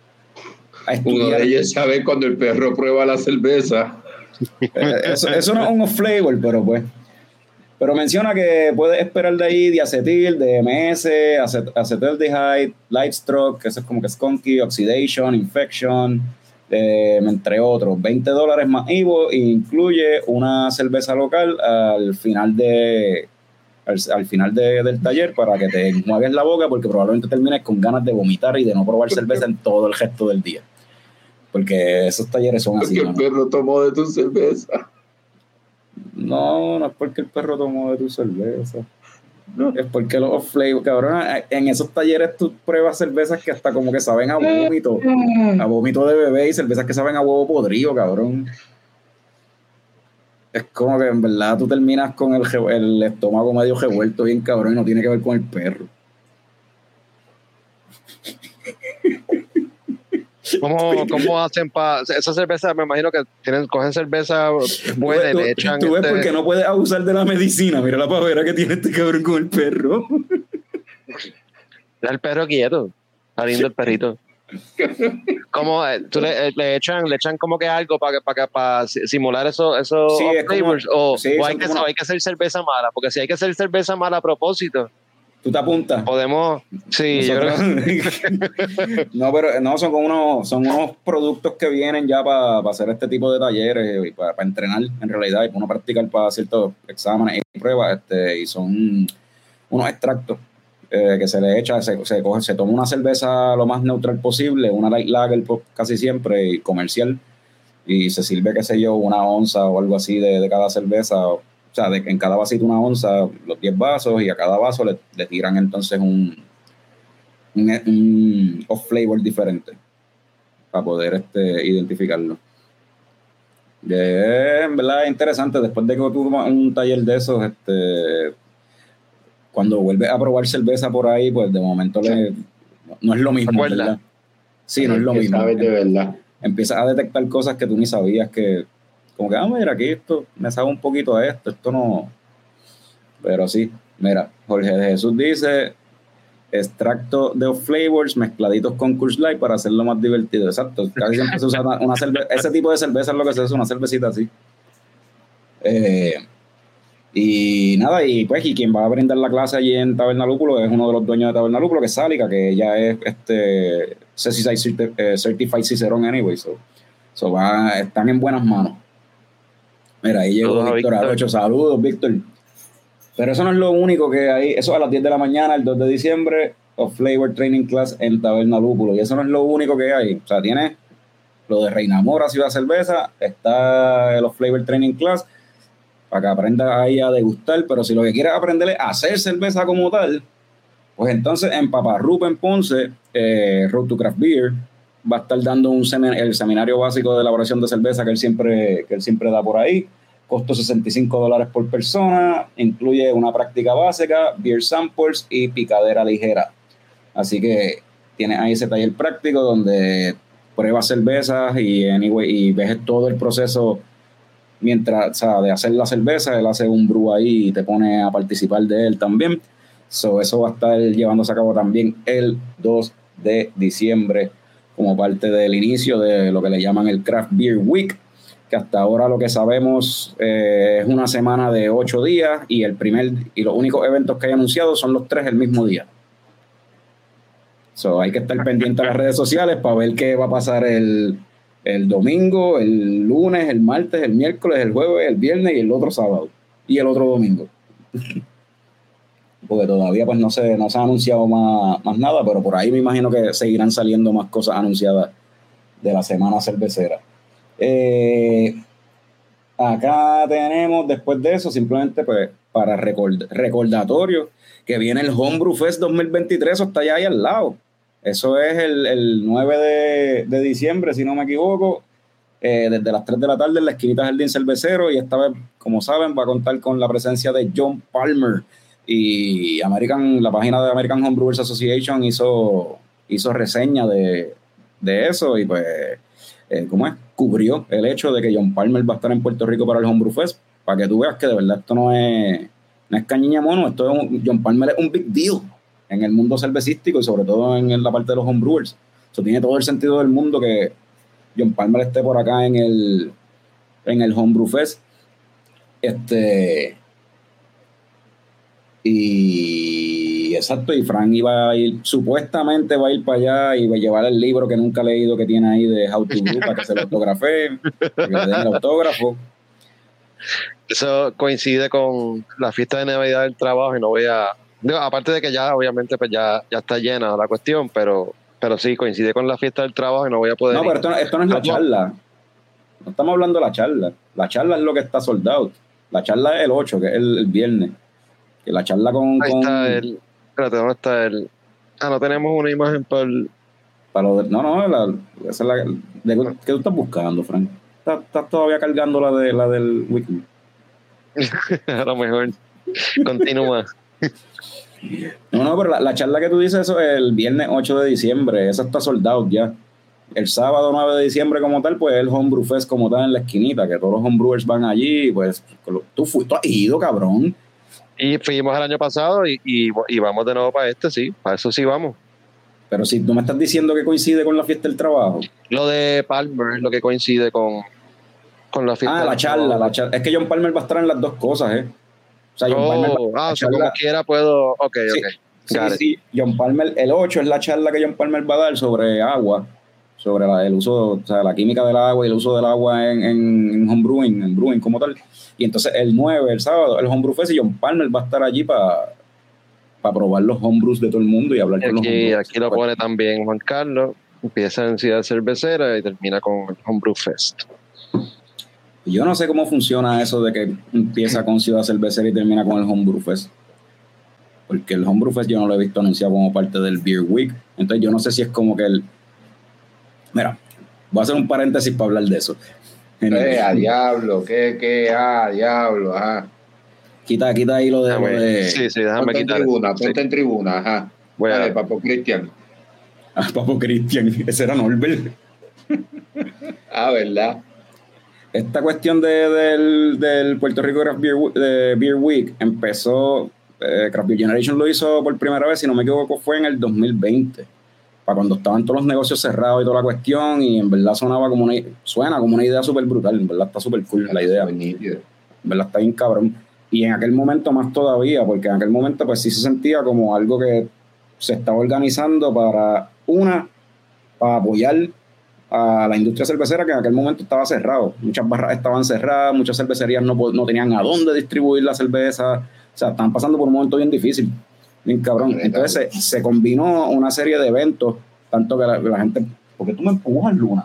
Uno de ellos sabe cuando el perro prueba la cerveza. Eso, eso no es un off-flavor, pero pues. Pero menciona que puedes esperar de ahí diacetil, D M S, acet- acetaldehyde, light stroke, que eso es como que skunky, oxidation, infection, eh, entre otros. veinte dólares más I V A, e incluye una cerveza local al final de al, al final de, del taller para que te enjuagues la boca, porque probablemente termines con ganas de vomitar y de no probar cerveza en todo el resto del día. Porque esos talleres son así. Porque el perro tomó de tu cerveza. No, no es porque el perro tomó de tu cerveza. No. Es porque los off-flavor, cabrón, en esos talleres tú pruebas cervezas que hasta como que saben a vómito. A vómito de bebé y cervezas que saben a huevo podrido, cabrón. Es como que en verdad tú terminas con el, el estómago medio revuelto bien cabrón y no tiene que ver con el perro. ¿Cómo, ¿Cómo hacen para esa cerveza? Me imagino que tienen, cogen cerveza buena y le echan. Tú ves este... porque no puedes abusar de la medicina. Mira la pavera que tiene este cabrón con el perro. Deja el perro quieto. Está lindo el perrito. ¿Cómo tú le, le echan le echan como que algo para para para simular eso eso sí, flavors como, o, sí, o hay que como... hay que hacer cerveza mala? Porque si hay que hacer cerveza mala a propósito, tú te apuntas. Podemos, sí, Nosotros... yo creo. No, pero no, son como unos, son unos productos que vienen ya para pa hacer este tipo de talleres y para pa entrenar en realidad y para uno practicar para ciertos exámenes y pruebas, este, y son unos extractos eh, que se le echa, se, se, coge, se toma una cerveza lo más neutral posible, una light lager casi siempre y comercial, y se sirve, qué sé yo, una onza o algo así de, de cada cerveza, o sea, de, en cada vasito una onza, los diez vasos, y a cada vaso le, le tiran entonces un, un, un off flavor diferente para poder este, identificarlo. De, en verdad es interesante. Después de que tú tomas un taller de esos, este, cuando vuelves a probar cerveza por ahí, pues de momento sí. le, no es lo mismo, ¿verdad? Sí, no es lo mismo. Sabes de verdad. Empiezas a detectar cosas que tú ni sabías, que como que, ah, mira, aquí esto me sabe un poquito a esto, esto no. Pero sí, mira, Jorge de Jesús dice: extracto de off flavors mezcladitos con Coors Light para hacerlo más divertido. Exacto, casi siempre se usa una, una cerveza, ese tipo de cerveza es lo que se usa, una cervecita así. Eh, y nada, y pues, y quien va a brindar la clase allí en Taberna Lúpulo es uno de los dueños de Taberna Lúpulo, que es Sálica, que ella es este Certified Cicerón anyway, so, so va, están en buenas manos. Mira, ahí llegó Víctor, Víctor Arocho, saludos Víctor. Pero eso no es lo único que hay. Eso a las diez de la mañana, el dos de diciembre, of Flavor Training Class en Taberna Lúpulo. Y eso no es lo único que hay. O sea, tiene lo de Reina Mora, Ciudad Cerveza, está el of Flavor Training Class, para que aprenda ahí a degustar. Pero si lo que quieres aprender es hacer cerveza como tal, pues entonces en Paparrup en Ponce, eh, Road to Craft Beer, va a estar dando un semin- el seminario básico de elaboración de cerveza que él siempre, que él siempre da por ahí. Costo sesenta y cinco dólares por persona, incluye una práctica básica, beer samples y picadera ligera. Así que tienes ahí ese taller práctico donde pruebas cervezas y, anyway, y ves todo el proceso mientras, o sea, de hacer la cerveza. Él hace un brew ahí y te pone a participar de él también. So, eso va a estar llevándose a cabo también el dos de diciembre como parte del inicio de lo que le llaman el Craft Beer Week, que hasta ahora lo que sabemos eh, es una semana de ocho días y el primer y los únicos eventos que hay anunciados son los tres el mismo día. So, hay que estar pendiente a las redes sociales para ver qué va a pasar el, el domingo, el lunes, el martes, el miércoles, el jueves, el viernes y el otro sábado y el otro domingo. Porque todavía pues no se, no se ha anunciado más, más nada, pero por ahí me imagino que seguirán saliendo más cosas anunciadas de la semana cervecera. Eh, acá tenemos, después de eso, simplemente pues para record, recordatorio que viene el Homebrew Fest dos mil veintitrés. Eso está allá ahí al lado. Eso es el, el nueve de, de diciembre, si no me equivoco, eh, desde las tres de la tarde en la esquinita Jardín Cervecero. Y esta vez, como saben, va a contar con la presencia de John Palmer. Y American, la página de American Homebrewers Association hizo, hizo reseña de, de eso. Y pues, eh, ¿cómo es? Cubrió el hecho de que John Palmer va a estar en Puerto Rico para el Homebrew Fest, para que tú veas que de verdad esto no es, no es cañiña mono. Esto es un, John Palmer es un big deal en el mundo cervecístico y sobre todo en, en la parte de los homebrewers. Eso tiene todo el sentido del mundo que John Palmer esté por acá en el, en el Homebrew Fest. Este y exacto, y Frank iba a ir, supuestamente va a ir para allá y va a llevar el libro que nunca he leído que tiene ahí de How to Brew para que se lo autografee, para que le den el autógrafo. Eso coincide con la fiesta de Navidad del trabajo y no voy a... Digo, aparte de que ya obviamente pues ya, ya está llena la cuestión, pero, pero sí, coincide con la fiesta del trabajo y no voy a poder... No, pero esto, esto no es la charla. No estamos hablando de la charla. La charla es lo que está sold out. La charla es el ocho, que es el, el viernes. Que la charla con... Ahí con... está el... Espérate, ¿dónde está el...? Ah, no tenemos una imagen para el... Para lo de, no, no, la, esa es la... De, ¿qué tú estás buscando, Frank? ¿Estás, estás todavía cargando la, de, la del wiki? A lo mejor. Continúa. No, no, pero la, la charla que tú dices, eso es el viernes ocho de diciembre. Esa está sold out ya. El sábado nueve de diciembre como tal, pues el Homebrew Fest como tal en la esquinita, que todos los homebrewers van allí, pues tú fuiste, tú has ido, cabrón. Y fuimos el año pasado y, y, y vamos de nuevo para este, sí, para eso sí vamos. Pero si tú me estás diciendo que coincide con la fiesta del trabajo. Lo de Palmer es lo que coincide con, con la fiesta ah, del la charla, la charla. Es que John Palmer va a estar en las dos cosas, ¿eh? O sea, John oh, Palmer va, ah, o sea, como quiera puedo... Ok, sí, ok. Sí, sí, John Palmer, el ocho es la charla que John Palmer va a dar sobre agua, sobre la, el uso, o sea, la química del agua y el uso del agua en, en, en homebrewing, en brewing como tal. Y entonces el nueve, el sábado, el Homebrew Fest, y John Palmer va a estar allí para para probar los homebrews de todo el mundo y hablar aquí, con los homebrews. Aquí lo pone también Juan Carlos, empieza en Ciudad Cervecera y termina con el Homebrew Fest. Yo no sé cómo funciona eso de que empieza con Ciudad Cervecera y termina con el Homebrew Fest. Porque el Homebrew Fest yo no lo he visto anunciado como parte del Beer Week. Entonces yo no sé si es como que el... Mira, voy a hacer un paréntesis para hablar de eso. Eh, a diablo, ¿qué, qué? Ah, diablo, ajá. Quita, quita ahí lo de... Déjame, lo de... Sí, sí, déjame ponte quitar. En tribuna, sí. ponte en tribuna, ajá. Voy a... Dale, Papo Cristian. Ah, Papo Cristian, ese era Norbert. Ah, ¿verdad? Esta cuestión de, del, del Puerto Rico Craft Beer, de Beer Week empezó... Eh, Craft Beer Generation lo hizo por primera vez, si no me equivoco, fue en el dos mil veinte. Para cuando estaban todos los negocios cerrados y toda la cuestión, y en verdad sonaba como una, suena como una idea súper brutal, en verdad está súper cool la idea, en verdad está bien cabrón, y en aquel momento más todavía, porque en aquel momento pues sí se sentía como algo que se estaba organizando para una, para apoyar a la industria cervecera que en aquel momento estaba cerrado, muchas barras estaban cerradas, muchas cervecerías no, no tenían a dónde distribuir la cerveza, o sea, estaban pasando por un momento bien difícil. Bien cabrón. Entonces se, se combinó una serie de eventos, tanto que la, la gente... ¿Por qué tú me empujas, Luna?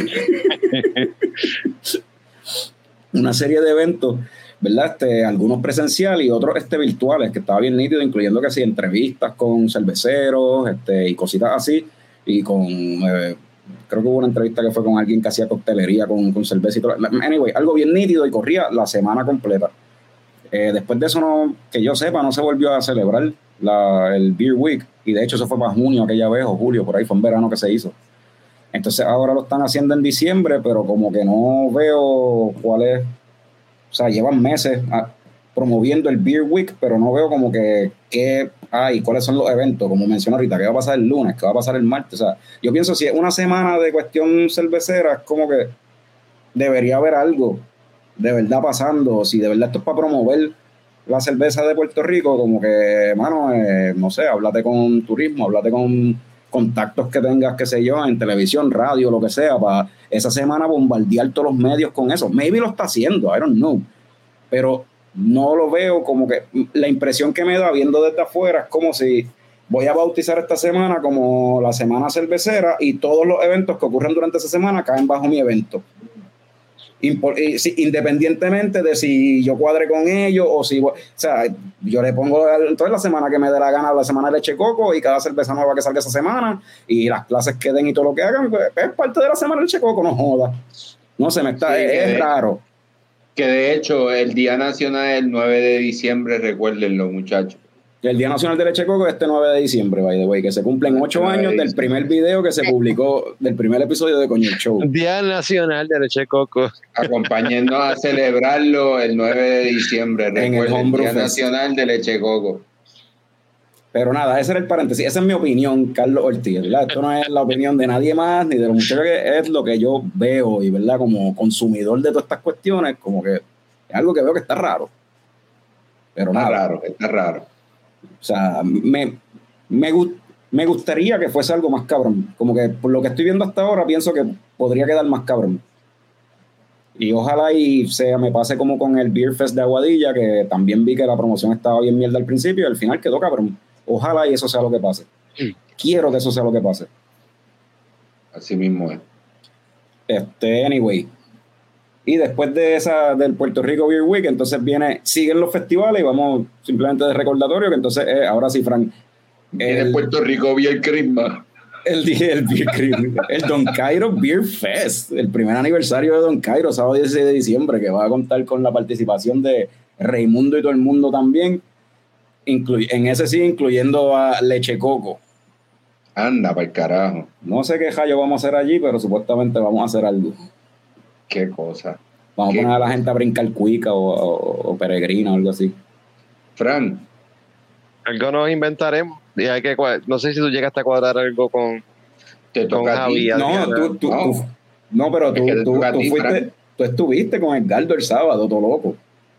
Una serie de eventos, ¿verdad? Este, algunos presenciales y otros este, virtuales, que estaba bien nítido, incluyendo que sí, entrevistas con cerveceros este, y cositas así, y con... Eh, creo que hubo una entrevista que fue con alguien que hacía coctelería con, con cerveza y todo. Anyway, algo bien nítido y corría la semana completa. Eh, después de eso, no, que yo sepa, no se volvió a celebrar la, el Beer Week, y de hecho eso fue para junio aquella vez, o julio, por ahí fue en verano que se hizo. Entonces ahora lo están haciendo en diciembre, pero como que no veo cuál es, o sea, llevan meses a, promoviendo el Beer Week, pero no veo como que qué hay, cuáles son los eventos, como mencioné ahorita, qué va a pasar el lunes, qué va a pasar el martes. O sea, yo pienso si es una semana de cuestión cervecera, es como que debería haber algo de verdad pasando, si de verdad esto es para promover la cerveza de Puerto Rico, como que, mano, eh, no sé, háblate con turismo, háblate con contactos que tengas, qué sé yo, en televisión, radio, lo que sea, para esa semana bombardear todos los medios con eso. Maybe lo está haciendo, I don't know, pero no lo veo como que, la impresión que me da viendo desde afuera es como si voy a bautizar esta semana como la semana cervecera y todos los eventos que ocurren durante esa semana caen bajo mi evento. Independientemente de si yo cuadre con ellos o si, o sea, yo le pongo entonces la semana que me dé la gana, la semana de leche coco, y cada cerveza nueva que salga esa semana y las clases que den y todo lo que hagan, pues, es parte de la semana de leche coco, no joda, no se me está, sí, es, es de, raro. Que de hecho el Día Nacional es el nueve de diciembre, recuérdenlo, muchachos. El Día Nacional de Leche Coco es este nueve de diciembre, by the way, que se cumplen ocho años del primer video que se publicó, del primer episodio de Coño Show. Día Nacional de Leche Coco. Acompáñennos a celebrarlo el nueve de diciembre, recuerden, en el Homebrew Día Fest. Nacional de Leche Coco. Pero nada, ese era el paréntesis, esa es mi opinión, Carlos Ortiz, ¿verdad? Esto no es la opinión de nadie más, ni de los muchachos, que es lo que yo veo, y verdad, como consumidor de todas estas cuestiones, como que es algo que veo que está raro. Pero está nada. raro, está raro. O sea, me, me, me gustaría que fuese algo más cabrón. Como que por lo que estoy viendo hasta ahora, pienso que podría quedar más cabrón. Y ojalá y sea, me pase como con el Beer Fest de Aguadilla, que también vi que la promoción estaba bien mierda al principio y al final quedó cabrón. Ojalá y eso sea lo que pase. Sí. Quiero que eso sea lo que pase. Así mismo es. Este, anyway. Y después de esa, del Puerto Rico Beer Week, entonces viene, siguen los festivales y vamos simplemente de recordatorio, que entonces, eh, ahora sí, Frank. Viene el Puerto Rico Beer Christmas. El, el, Beer Christmas, el Don Cairo Beer Fest, el primer aniversario de Don Cairo, sábado dieciséis de diciembre, que va a contar con la participación de Raimundo y todo el mundo también. Incluy, en ese sí, incluyendo a Leche Coco. Anda, para el carajo. No sé qué rayo vamos a hacer allí, pero supuestamente vamos a hacer algo. Qué cosa. Vamos Qué a poner a la gente a brincar cuica o, o, o peregrina o algo así. Fran. Algo nos inventaremos. Y hay que, no sé si tú llegaste a cuadrar algo con, Te con toca Javi. No, tú, tú, no. Tú, no, pero tú, tú, tú, tú, fuiste, tú estuviste con Edgardo el sábado, todo loco.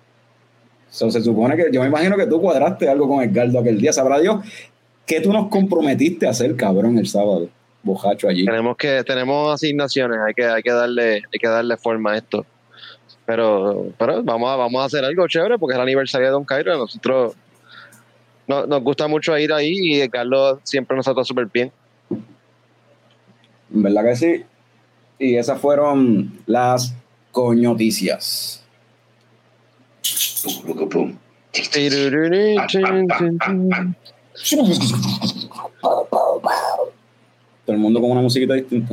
So, se supone que, yo me imagino que tú cuadraste algo con Edgardo aquel día. Sabrá Dios qué tú nos comprometiste a hacer, cabrón, el sábado. Bojacho allí. Tenemos que tenemos asignaciones, hay que hay que darle hay que darle forma a esto. Pero pero vamos a vamos a hacer algo chévere porque es el aniversario de Don Cairo, nosotros no, nos gusta mucho ir ahí y Carlos siempre nos trató súper bien. ¿Verdad que sí? Y esas fueron las coñoticias. Pum, pum, pum. Todo el mundo con una musiquita distinta.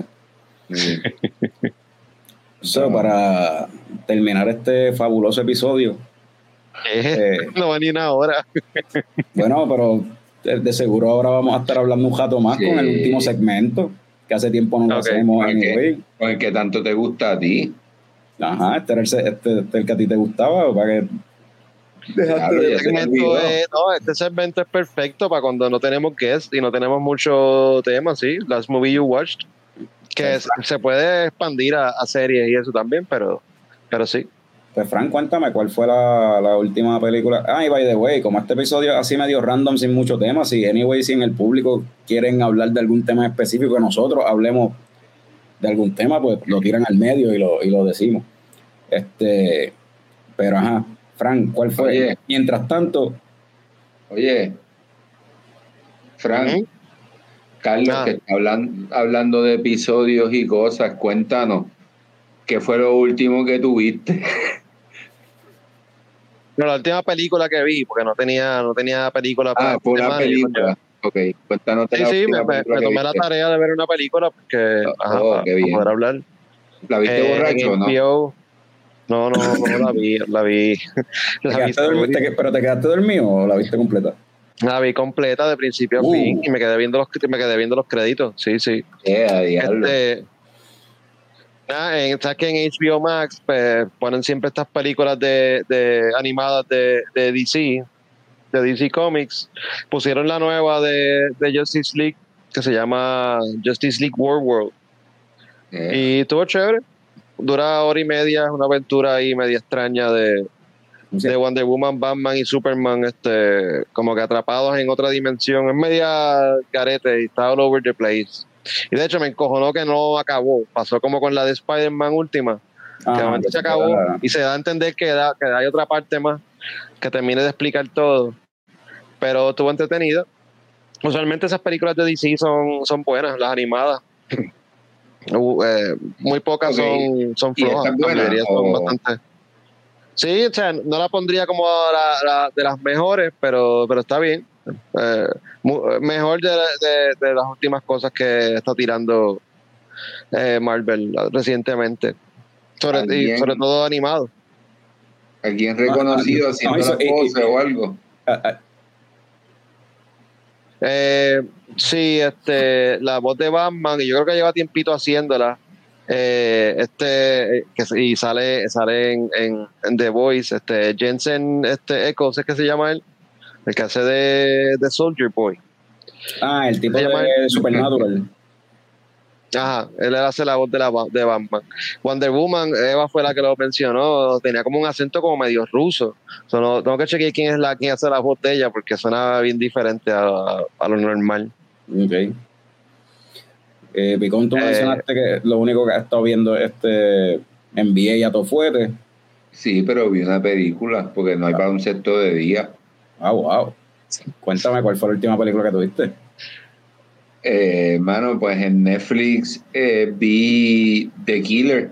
So, para terminar este fabuloso episodio. Eh, no va ni una hora. Bueno, pero de, de seguro ahora vamos a estar hablando un rato más sí. con el último segmento, que hace tiempo no lo okay. hacemos. Con el, que, con el que tanto te gusta a ti. Ajá, este era el, este, este el que a ti te gustaba, para que dejaste de este, segmento es, no, este segmento es perfecto para cuando no tenemos guests y no tenemos mucho tema, sí. Last movie you watched, que es, se puede expandir a, a series y eso también, pero, pero sí. Pues Frank, cuéntame cuál fue la, la última película. Ah, y by the way, como este episodio así medio random, sin mucho tema, si anyway, si en el público quieren hablar de algún tema específico que nosotros hablemos de algún tema, pues lo tiran al medio y lo, y lo decimos. Este, pero ajá, Frank, ¿cuál fue? Oye, mientras tanto. Oye, Frank, ¿eh? Carlos, ah. que está hablando, hablando de episodios y cosas, cuéntanos, ¿qué fue lo último que tuviste? No, la última película que vi, porque no tenía, no tenía película para ah, fue una película. Ok, cuéntanos. Sí, sí, me, me, me tomé la tarea de ver una película porque oh, ajá, oh, para, para poder hablar. ¿La viste eh, borracho o no? No, no, no la vi, la vi. La ¿Te vi te, ¿Pero te quedaste dormido o la viste completa? La vi completa de principio uh. a fin y me quedé viendo los, me quedé viendo los créditos, sí, sí. Yeah, diablo. Este, Ah, en, ¿sabes que en H B O Max pues, ponen siempre estas películas de, de animadas de, de D C, de D C Comics? Pusieron la nueva de, de Justice League que se llama Justice League War World. Yeah. Y estuvo chévere. Dura hora y media, es una aventura ahí media extraña de, sí. de Wonder Woman, Batman y Superman, este, como que atrapados en otra dimensión. Es media carete y está all over the place. Y de hecho me encojonó que no acabó. Pasó como con la de Spider-Man última, ah, que de momento se acabó claro. Y se da a entender que, da, que hay otra parte más que termine de explicar todo. Pero estuvo entretenida. Usualmente esas películas de D C son, son buenas, las animadas. Uh, eh, muy pocas okay. son, son flojas. La mayoría o... son bastante. Sí, o sea, no la pondría como la, la, de las mejores, pero, pero está bien. Eh, mejor de, de, de las últimas cosas que está tirando eh, Marvel recientemente, sobre, y sobre todo animado. ¿Alguien reconocido ah, haciendo no, una cosa o algo? Ah, ah. Eh, sí, este, la voz de Batman, y yo creo que lleva tiempito haciéndola. Eh, este que, y sale sale en, en, en The Voice, este Jensen este Eccles, ¿es que se llama él? El que hace de, de Soldier Boy. Ah, el tipo de, de Supernatural. Ajá, él hace la voz de, la, de Batman. Wonder Woman, Eva fue la que lo mencionó, tenía como un acento como medio ruso. So, no, tengo que chequear quién es la quién hace la voz de ella, porque suena bien diferente a, a, a lo normal. Ok. Eh, Picón, tú eh, mencionaste que lo único que has estado viendo es este N B A y Atofuete. Sí, pero vi una película, porque no hay ah. baloncesto de día. Ah, wow. Cuéntame cuál fue la última película que tuviste. Eh, mano, pues en Netflix eh, vi The Killer.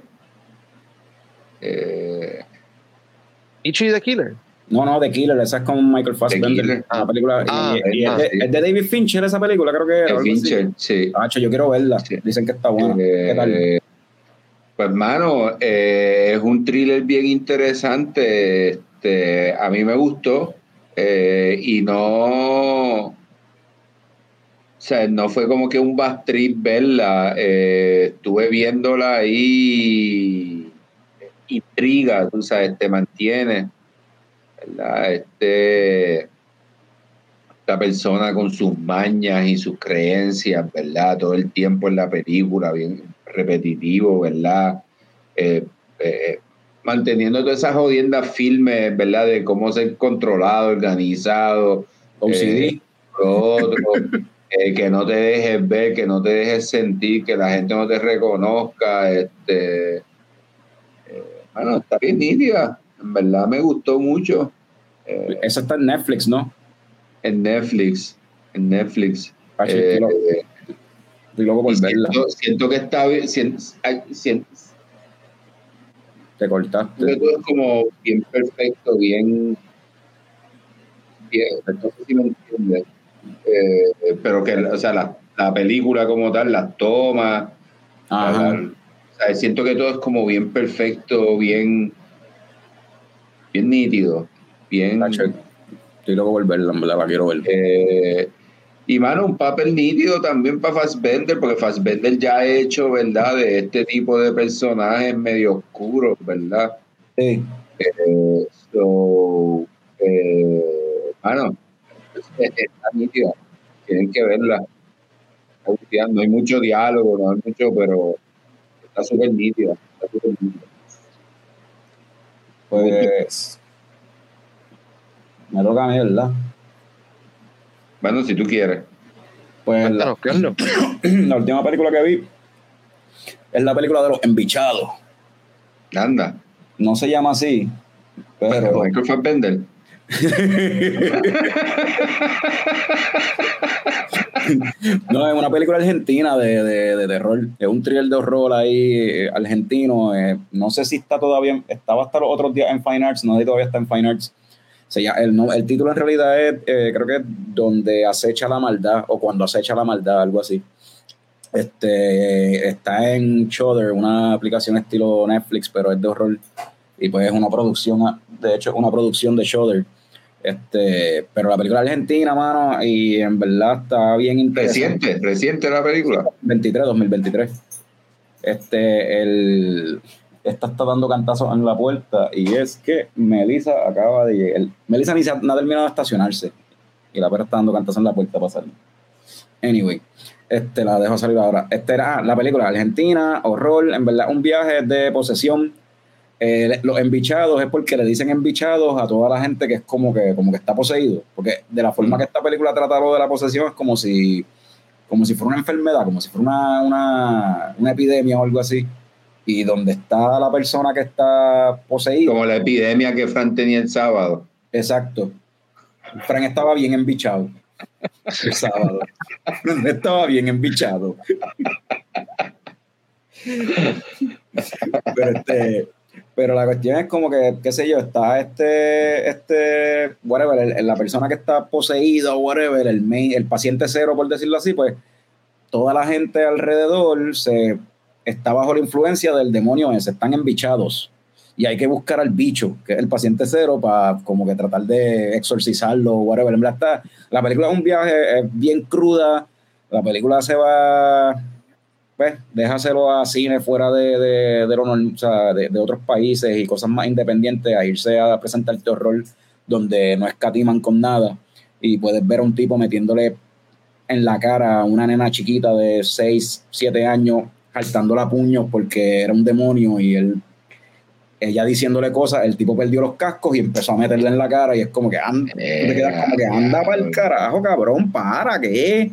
Eh, ¿Ichi The Killer? No, no, The Killer, esa es con Michael Fassbender. Ah, película, ah, y, y ah, es, de, sí. es de David Fincher esa película, creo que era. Fincher, sí. Ah, yo quiero verla. Sí. Dicen que está buena. Eh, ¿Qué tal? Pues, mano, eh, es un thriller bien interesante. Este, a mí me gustó. Eh, y no, o sea, no fue como que un bad trip verla. Eh, estuve viéndola ahí, intriga, tú sabes, te mantiene, ¿verdad? Este, esta persona con sus mañas y sus creencias, ¿verdad? Todo el tiempo en la película, bien repetitivo, ¿verdad? Eh, eh, manteniendo todas esas jodiendas filmes, ¿verdad? De cómo ser controlado, organizado, eh, lo otro, eh, que no te dejes ver, que no te dejes sentir, que la gente no te reconozca. Este, eh, bueno, está bien nítida, en verdad me gustó mucho. Eh, Eso está en Netflix, ¿no? en Netflix. En Netflix. Ah, sí, eh, eh, estoy loco por verla. Siento, siento que está bien. Siento, siento, te cortaste. Todo es como bien perfecto, bien. bien no sé si me entiendes. Eh, pero que, o sea, la, la película como tal, las tomas. La, la, o sea, siento que todo es como bien perfecto, bien. Bien nítido. Bien. Estoy loco por verla, en verdad, la quiero ver. Eh, y, mano, un papel nítido también para Fassbender, porque Fassbender ya ha hecho, ¿verdad?, de este tipo de personajes medio oscuros, ¿verdad? Sí. Eh, so, eh, mano, está nítida. Tienen que verla. No hay mucho diálogo, no hay mucho, pero está súper nítida. Está súper nítida. Pues... me toca a mí, ¿verdad? Bueno, si tú quieres. Pues la, la última película que vi es la película de los embichados. Anda. No se llama así, pero... Michael Fassbender. No, es una película argentina de, de, de terror. Es un thriller de horror ahí eh, argentino. Eh, no sé si está todavía... Estaba hasta los otros días en Fine Arts. No sé si todavía está en Fine Arts. Se llama, el, no, el título en realidad es, eh, creo que es Donde acecha la maldad, o Cuando acecha la maldad, algo así. Este, está en Shudder, una aplicación estilo Netflix, pero es de horror. Y pues es una producción, de hecho, una producción de Shudder. Este, pero la película es argentina, mano, y en verdad está bien interesante. Reciente, reciente la película. veintitrés, dos mil veintitrés. Este, el... Esta está dando cantazos en la puerta y es que Melissa acaba de llegar. Melissa ni se ha, no ha terminado de estacionarse y la perra está dando cantazos en la puerta para salir. Anyway, este, la dejo salir ahora. Este era la película argentina, horror, en verdad, un viaje de posesión. Eh, los embichados es porque le dicen embichados a toda la gente que es como que, como que está poseído. Porque de la forma que esta película trata lo de la posesión es como si, como si fuera una enfermedad, como si fuera una, una, una epidemia o algo así. Y donde está la persona que está poseída. Como la epidemia que Fran tenía el sábado. Exacto. Fran estaba bien embichado el sábado. Estaba bien embichado. Pero, este, pero la cuestión es como que, qué sé yo, está este, este, whatever, el, el, la persona que está poseída o whatever, el, main, el paciente cero, por decirlo así, pues toda la gente alrededor se... está bajo la influencia del demonio ese, están embichados y hay que buscar al bicho, que es el paciente cero, para como que tratar de exorcizarlo o whatever. En verdad está, la película es un viaje es bien cruda, la película se va, pues, déjaselo a cine fuera de, de, de, lo, o sea, de, de otros países y cosas más independientes, a irse a presentar terror donde no escatiman con nada y puedes ver a un tipo metiéndole en la cara a una nena chiquita de seis, siete años, jaltándola a puños porque era un demonio y él, ella diciéndole cosas, el tipo perdió los cascos y empezó a meterle en la cara y es como que anda, eh, te quedas como que anda para el carajo, cabrón, para, ¿qué?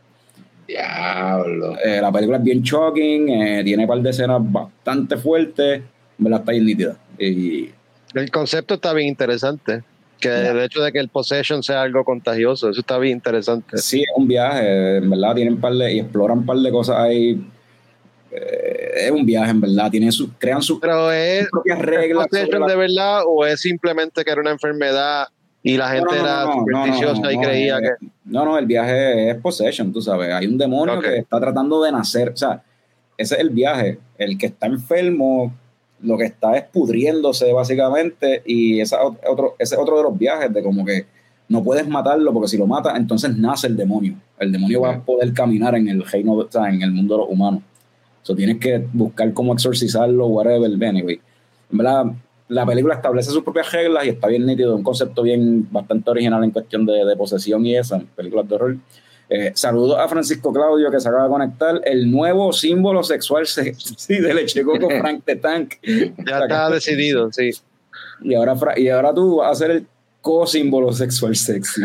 Diablo. Eh, la película es bien shocking, eh, tiene un par de escenas bastante fuertes, me la está bien nítida. Y el concepto está bien interesante. Que yeah. El hecho de que el possession sea algo contagioso, eso está bien interesante. Sí, es un viaje, en verdad, tienen un par de, y exploran un par de cosas ahí. Eh, es un viaje, en verdad, tienen su, crean su, Pero es, sus propias reglas. ¿Es possession de verdad o es simplemente que era una enfermedad y la gente no, no, no, era supersticiosa no, no, no, y creía no, que... No, no, el viaje es possession, tú sabes, hay un demonio okay. que está tratando de nacer, o sea, ese es el viaje, el que está enfermo lo que está es pudriéndose básicamente y esa otro, ese es otro de los viajes de como que no puedes matarlo porque si lo matas entonces nace el demonio, el demonio yeah. va a poder caminar en el reino, o sea, en el mundo de los humanos, so, tienes que buscar cómo exorcizarlo, whatever, anyway. En verdad, la película establece sus propias reglas y está bien nítido, un concepto bien bastante original en cuestión de, de posesión y eso, en películas de horror. Eh, saludos a Francisco Claudio que se acaba de conectar, el nuevo símbolo sexual sí, de Leche Coco Frank the Tank. Ya está decidido, sí. Y ahora, y ahora tú vas a ser el co-símbolo sexual sexy.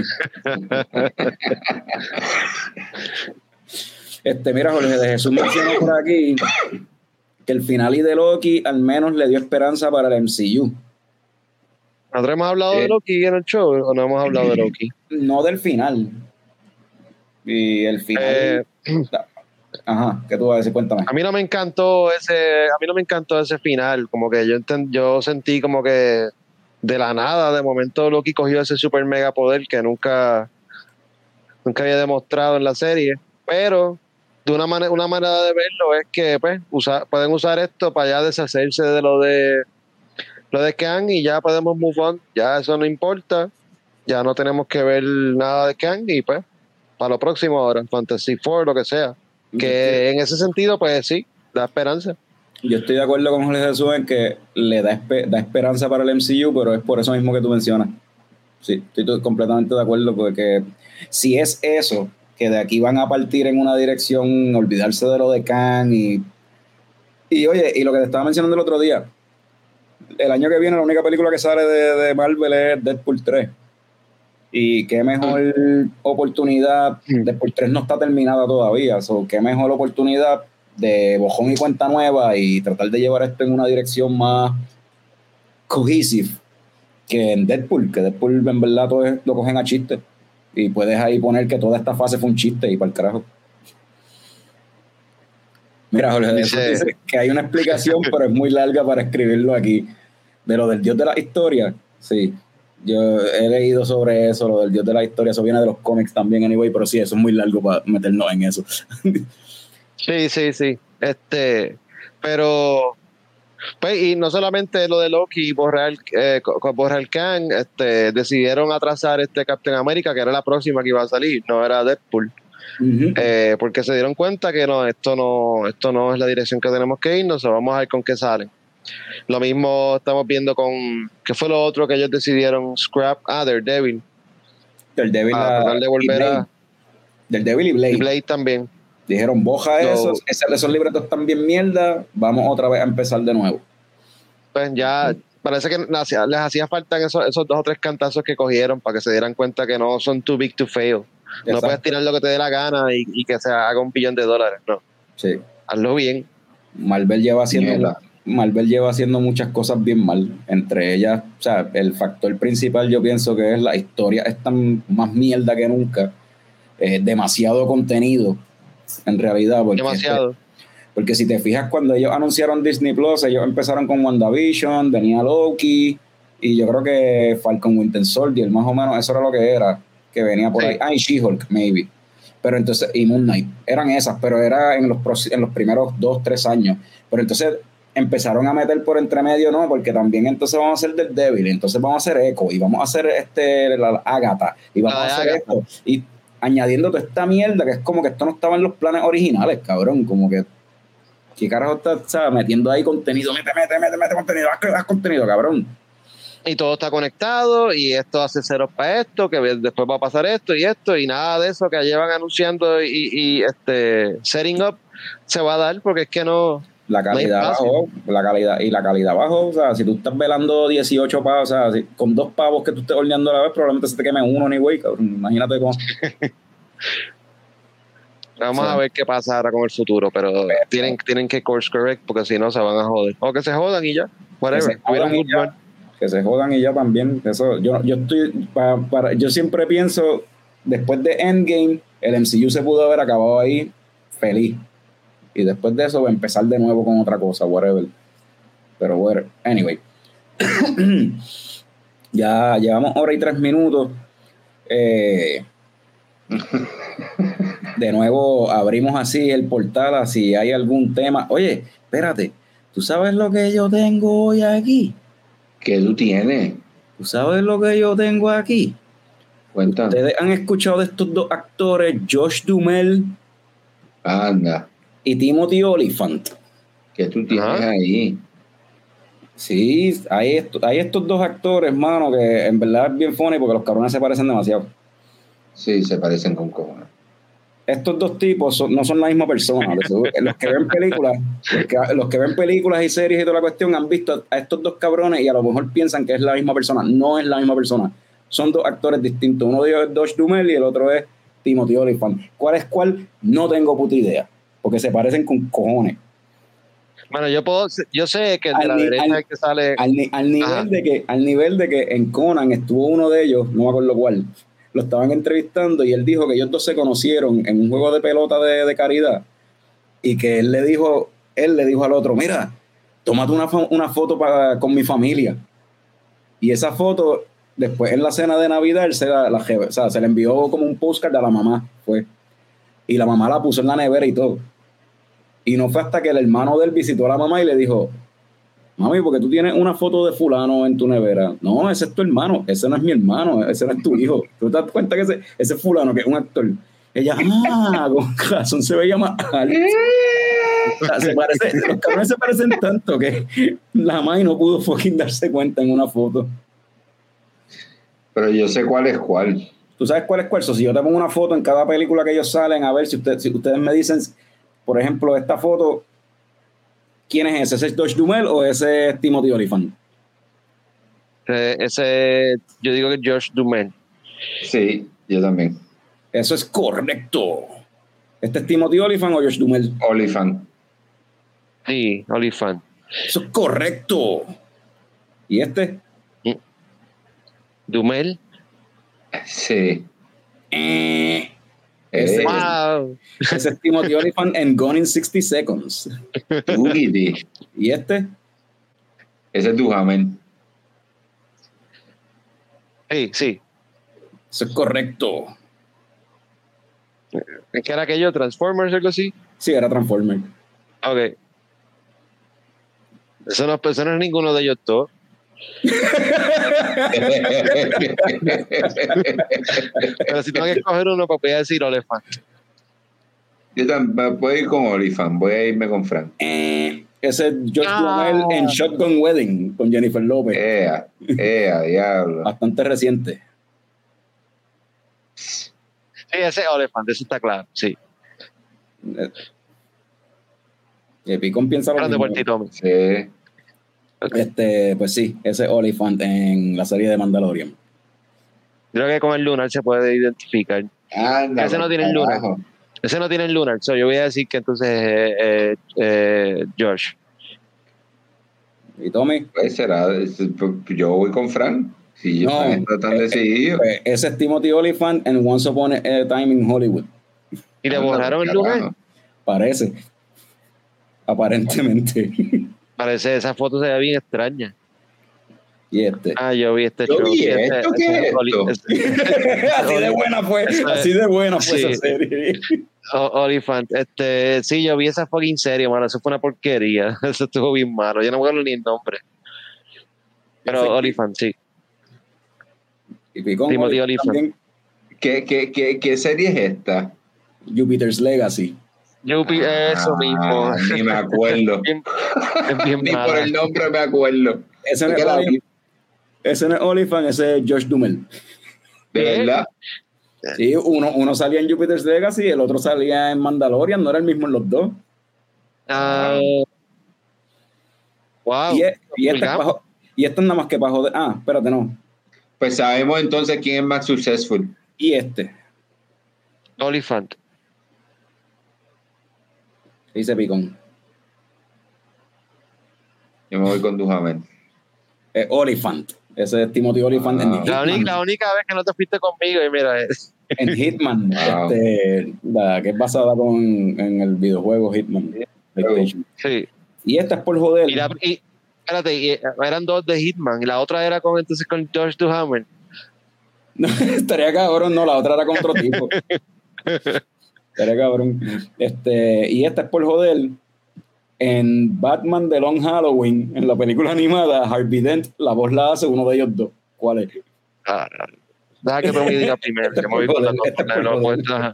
este, mira, Jorge de Jesús mencionó por aquí que el final de Loki al menos le dio esperanza para el M C U. ¿Nosotros hemos hablado eh, de Loki en el show o no hemos hablado de Loki? No del final. Y el final... Eh, Ajá, ¿qué tú vas a decir? Cuéntame. A mí no me encantó ese, a mí no me encantó ese final, como que yo ent- yo sentí como que de la nada, de momento Loki cogió ese super mega poder que nunca, nunca había demostrado en la serie, pero de una manera, una manera de verlo es que pues usa, pueden usar esto para ya deshacerse de lo de lo de Kang y ya podemos move on, ya eso no importa, ya no tenemos que ver nada de Kang y pues para lo próximo ahora, Fantasy Four, lo que sea. Que en ese sentido, pues sí, da esperanza. Yo estoy de acuerdo con Jorge Jesús en que le da, espe- da esperanza para el M C U, pero es por eso mismo que tú mencionas. Sí, estoy completamente de acuerdo, porque si es eso, que de aquí van a partir en una dirección, olvidarse de lo de Kang y, y oye, y lo que te estaba mencionando el otro día, el año que viene la única película que sale de, de Marvel es Deadpool tres. Y qué mejor mm. oportunidad, mm. Deadpool tres no está terminada todavía, so, qué mejor oportunidad de bojón y cuenta nueva y tratar de llevar esto en una dirección más cohesive que en Deadpool, que Deadpool en verdad todo es, lo cogen a chiste y puedes ahí poner que toda esta fase fue un chiste y para el carajo. Mira, Jorge, dice, eso dice que hay una explicación pero es muy larga para escribirlo aquí de lo del dios de la historia. Sí, yo he leído sobre eso, lo del dios de la historia, eso viene de los cómics también, anyway, pero sí, eso es muy largo para meternos en eso. Sí, sí, sí. Este, pero pues, y no solamente lo de Loki y borrar, eh, borrar Kang, este, decidieron atrasar este Captain America, que era la próxima que iba a salir, no era Deadpool. Uh-huh. Eh, porque se dieron cuenta que no, esto no, esto no es la dirección que tenemos que irnos, vamos a ver con qué salen. Lo mismo estamos viendo con, ¿qué fue lo otro que ellos decidieron? Scrap, ah, Daredevil. Daredevil, ah, a, de volver a Daredevil y Blade. Y Blade también. Dijeron, boja no. esos, esos libretos están bien mierda, vamos otra vez a empezar de nuevo. Pues ya, parece que les hacía falta esos, esos dos o tres cantazos que cogieron para que se dieran cuenta que no son too big to fail. Exacto. No puedes tirar lo que te dé la gana y, y que se haga un billón de dólares, no. Sí. Hazlo bien. Marvel lleva haciendo, Marvel lleva haciendo muchas cosas bien mal. Entre ellas, o sea, el factor principal yo pienso que es la historia es tan más mierda que nunca. Es demasiado contenido, en realidad. Porque demasiado. Este, porque si te fijas, cuando ellos anunciaron Disney Plus, ellos empezaron con WandaVision, venía Loki, y yo creo que Falcon Winter Soldier, más o menos, eso era lo que era, que venía por sí. ahí. Ah, y She-Hulk, maybe. Pero entonces, y Moon Knight, eran esas, pero era en los, en los primeros dos, tres años. Pero entonces empezaron a meter por entre medio, ¿no? Porque también entonces vamos a hacer Daredevil, entonces vamos a hacer Echo, y vamos a hacer este, la, la Agatha, y vamos la a hacer Agatha. Esto. Y añadiendo toda esta mierda, que es como que esto no estaba en los planes originales, cabrón, como que ¿qué carajo está, ¿sabes? Metiendo ahí contenido? Mete, mete, mete, mete contenido, haz, haz contenido, cabrón. Y todo está conectado, y esto hace ceros para esto, que después va a pasar esto y esto, y nada de eso que llevan anunciando y, y este setting up se va a dar, porque es que no... La calidad no bajó, la calidad, y la calidad bajó, o sea, si tú estás velando dieciocho pavos, o sea, si, con dos pavos que tú estés horneando a la vez, probablemente se te queme uno anyway, cabrón, imagínate cómo... Vamos sí. a ver qué pasa ahora con el futuro, pero sí. tienen, tienen que course correct, porque si no se van a joder. O que se jodan y ya, whatever. Que se jodan, y ya, que se jodan y ya también. Eso, yo, yo estoy para, para, yo siempre pienso, después de Endgame, el M C U se pudo haber acabado ahí feliz. Y después de eso empezar de nuevo con otra cosa, whatever. Pero bueno, anyway. Ya llevamos hora y tres minutos. Eh... De nuevo abrimos así el portal, así hay algún tema. Oye, espérate, ¿tú sabes lo que yo tengo hoy aquí? ¿Qué tú tienes? ¿Tú sabes lo que yo tengo aquí? Cuéntame. ¿Ustedes han escuchado de estos dos actores, Josh Duhamel Anda. y Timothy Olyphant? ¿Qué tú tienes ¿Ah? ahí? Sí, hay, esto, hay estos dos actores, mano, que en verdad es bien funny porque los cabrones se parecen demasiado. Sí, se parecen con cojones. Estos dos tipos son, no son la misma persona. Los que ven películas, los que, los que ven películas y series y toda la cuestión han visto a estos dos cabrones y a lo mejor piensan que es la misma persona. No es la misma persona. Son dos actores distintos. Uno de ellos es Josh Duhamel y el otro es Timothy Olyphant. ¿Cuál es cuál? No tengo puta idea. Porque se parecen con cojones. Bueno, yo puedo, yo sé que el de la ni, derecha al, es el que sale. Al, al nivel de que, al nivel de que en Conan estuvo uno de ellos, no me acuerdo cuál, lo estaban entrevistando y él dijo que ellos dos se conocieron en un juego de pelota de, de caridad y que él le dijo, él le dijo al otro, mira, tómate una, una foto para, con mi familia. Y esa foto, después en la cena de Navidad, él se la, la, o sea, se le envió como un postcard a la mamá, fue. Y la mamá la puso en la nevera y todo. Y no fue hasta que el hermano de él visitó a la mamá y le dijo, mami, ¿por qué tú tienes una foto de fulano en tu nevera? No, ese es tu hermano, ese no es mi hermano, ese no es tu hijo. ¿Tú te das cuenta que ese, ese fulano, que es un actor? Ella, ah, con razón se veía más alto. O sea, se parece, los cabrones se parecen tanto que la mamá no pudo fucking darse cuenta en una foto. Pero yo sé cuál es cuál. ¿Tú sabes cuál es cuál? So, si yo te pongo una foto en cada película que ellos salen, a ver si, usted, si ustedes me dicen... Por ejemplo, esta foto, ¿quién es ese? ¿Ese es Josh Duhamel o ese es Timothy Olyphant? Eh, ese, yo digo que Josh Duhamel. Sí, yo también. Eso es correcto. ¿Este es Timothy Olyphant o Josh Duhamel? Olyphant. Sí, Olyphant. Eso es correcto. ¿Y este? ¿Duhamel? Sí. Eh... Ese, wow. es, ese es Timothy Olyphant en Gone in sixty seconds. ¿Y este? Ese es Duhamel. Sí, sí. Eso es correcto. ¿Es que era aquello? ¿Transformers o algo así? Sí, era Transformer. Ok. Eso no, eso no es ninguno de ellos todos. Pero si tengo que escoger uno, pues voy a decir Olyphant. Yo también puedo ir con Olyphant, voy a irme con Frank. Eh, ese es Josh no. Duhamel en Shotgun Wedding con Jennifer Lopez. Ea, ea, diablo. Bastante reciente. Sí, ese es Olyphant, eso está claro, sí. Y Picón piensa lo mismo. Sí. Este, pues sí, ese Olyphant en la serie de Mandalorian. Creo que con el Lunar se puede identificar. Anda, ese no tiene el Lunar. Ese no tiene el Lunar. So yo voy a decir que entonces eh, eh, George. ¿Y Tommy? Pues será. Yo voy con Frank. Si no, está tan eh, decidido. Pues ese es Timothy Olyphant en Once Upon a Time in Hollywood. ¿Y le borraron el Lunar? Parece. Aparentemente. Parece, esa foto se ve bien extraña. Y este. Ah, yo vi este yo show. Vi sí, esto, este, ¿qué este, es esto? Este, así de buena fue, así de buena fue sí. esa serie. Olyphant, este, sí, yo vi esa fucking serie, mano, eso fue una porquería, eso estuvo bien malo, yo no me acuerdo ni el nombre. Pero Ese Olyphant, sí. Y Picón, Timothy Olyphant. ¿Qué, qué, qué, ¿Qué serie es esta? Jupiter's Legacy. Yo vi eso mismo. Ah, ni me acuerdo. bien, bien ni mala. por el nombre me acuerdo. Ese no es Olyphant, ese no es Olyphant, ese es Josh Duhamel. ¿De verdad? Sí, uno, uno salía en Jupiter's Legacy y el otro salía en Mandalorian, no era el mismo en los dos. Uh, wow. Y, es, y, este es bajo, y este es nada más que para joder. Ah, espérate, no. Pues sabemos entonces quién es más successful. Y este. Olyphant. Dice Picón. Yo me voy con Duhamel. Eh, Olyphant. Ese es Timothy Olyphant. Ah, en la, Hitman. única, la única vez que no te fuiste conmigo, y mira, es. En Hitman. Wow. Este, la, que es basada con, en el videojuego Hitman. Sí. Y esta es por joder. Y, la, y espérate, y eran dos de Hitman, y la otra era con entonces con Josh Duhamel. No, estaría cabrón, no, la otra era con otro tipo. Estaría cabrón. Este, y esta es por joder. En Batman The Long Halloween, en la película animada, Harvey Dent, la voz la hace uno de ellos dos. ¿Cuál es? Ah, deja que tú me digas primero, que me voy con la cosa.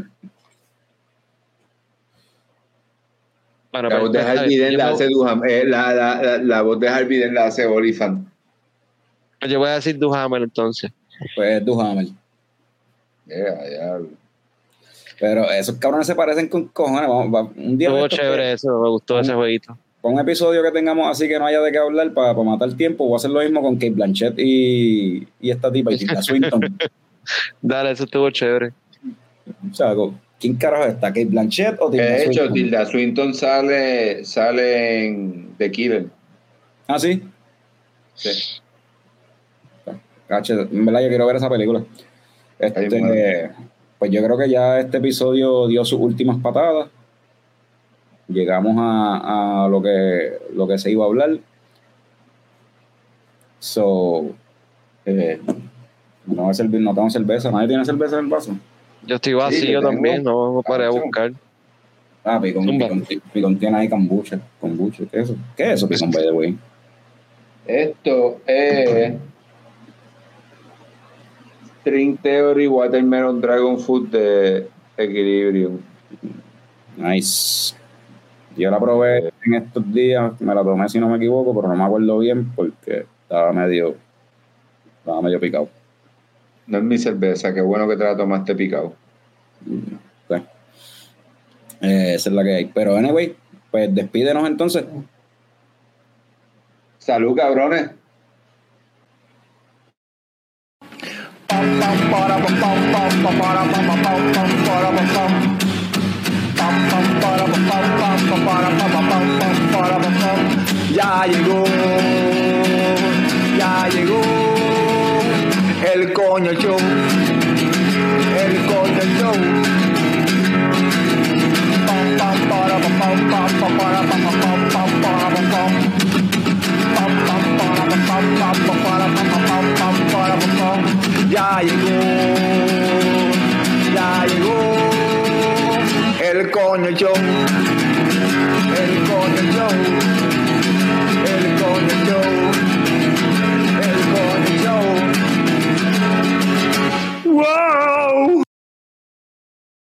Bueno, la voz de Harvey Dent la hace Duhamel, eh, la, la, la, la voz de Harvey Dent la hace Olyphant. Yo voy a decir Duhamel entonces. Pues Duhamel. Yeah, yeah. Pero esos cabrones se parecen con cojones. Vamos, va, un día Estuvo chévere que, eso, me gustó un, ese jueguito. Con un episodio que tengamos así que no haya de qué hablar para pa matar tiempo, voy a hacer lo mismo con Kate Blanchett y, y esta tipa, y Tilda Swinton. Dale, eso estuvo chévere. O sea, ¿Quién carajo está? ¿Kate Blanchett o Tilda De hecho, Swinton? Tilda Swinton sale, sale en The Killer. ¿Ah, sí? Sí. Cache, en verdad yo quiero ver esa película. Este, pues yo creo que ya este episodio dio sus últimas patadas. Llegamos a, a lo que lo que se iba a hablar. So, eh, no tengo cerveza, no tengo cerveza. ¿Nadie tiene cerveza en el vaso? Yo estoy vacío Sí, también, no me paré a buscar. Ah, Picón, Picón, Picón tiene ahí kombucha. kombucha. ¿Qué es eso? ¿Qué es eso, Picón, by the way? Esto es String Theory Watermelon Dragon Fruit de Equilibrium. Nice. Yo la probé en estos días, me la tomé si no me equivoco, pero no me acuerdo bien porque estaba medio, estaba medio picado. No es mi cerveza, qué bueno que te la tomaste picado. Okay. Eh, esa es la que hay. Pero anyway, pues despídenos entonces. Salud, cabrones. Ya llegó, ya llegó el coño show, el coño show. Pam pam para pam pam pam para pam pam pam para pam pam. Pam pam para pam pam pam para pam pam pam para pam pam. Ya llegó, ya llegó el coño show, el coño show. El coño show.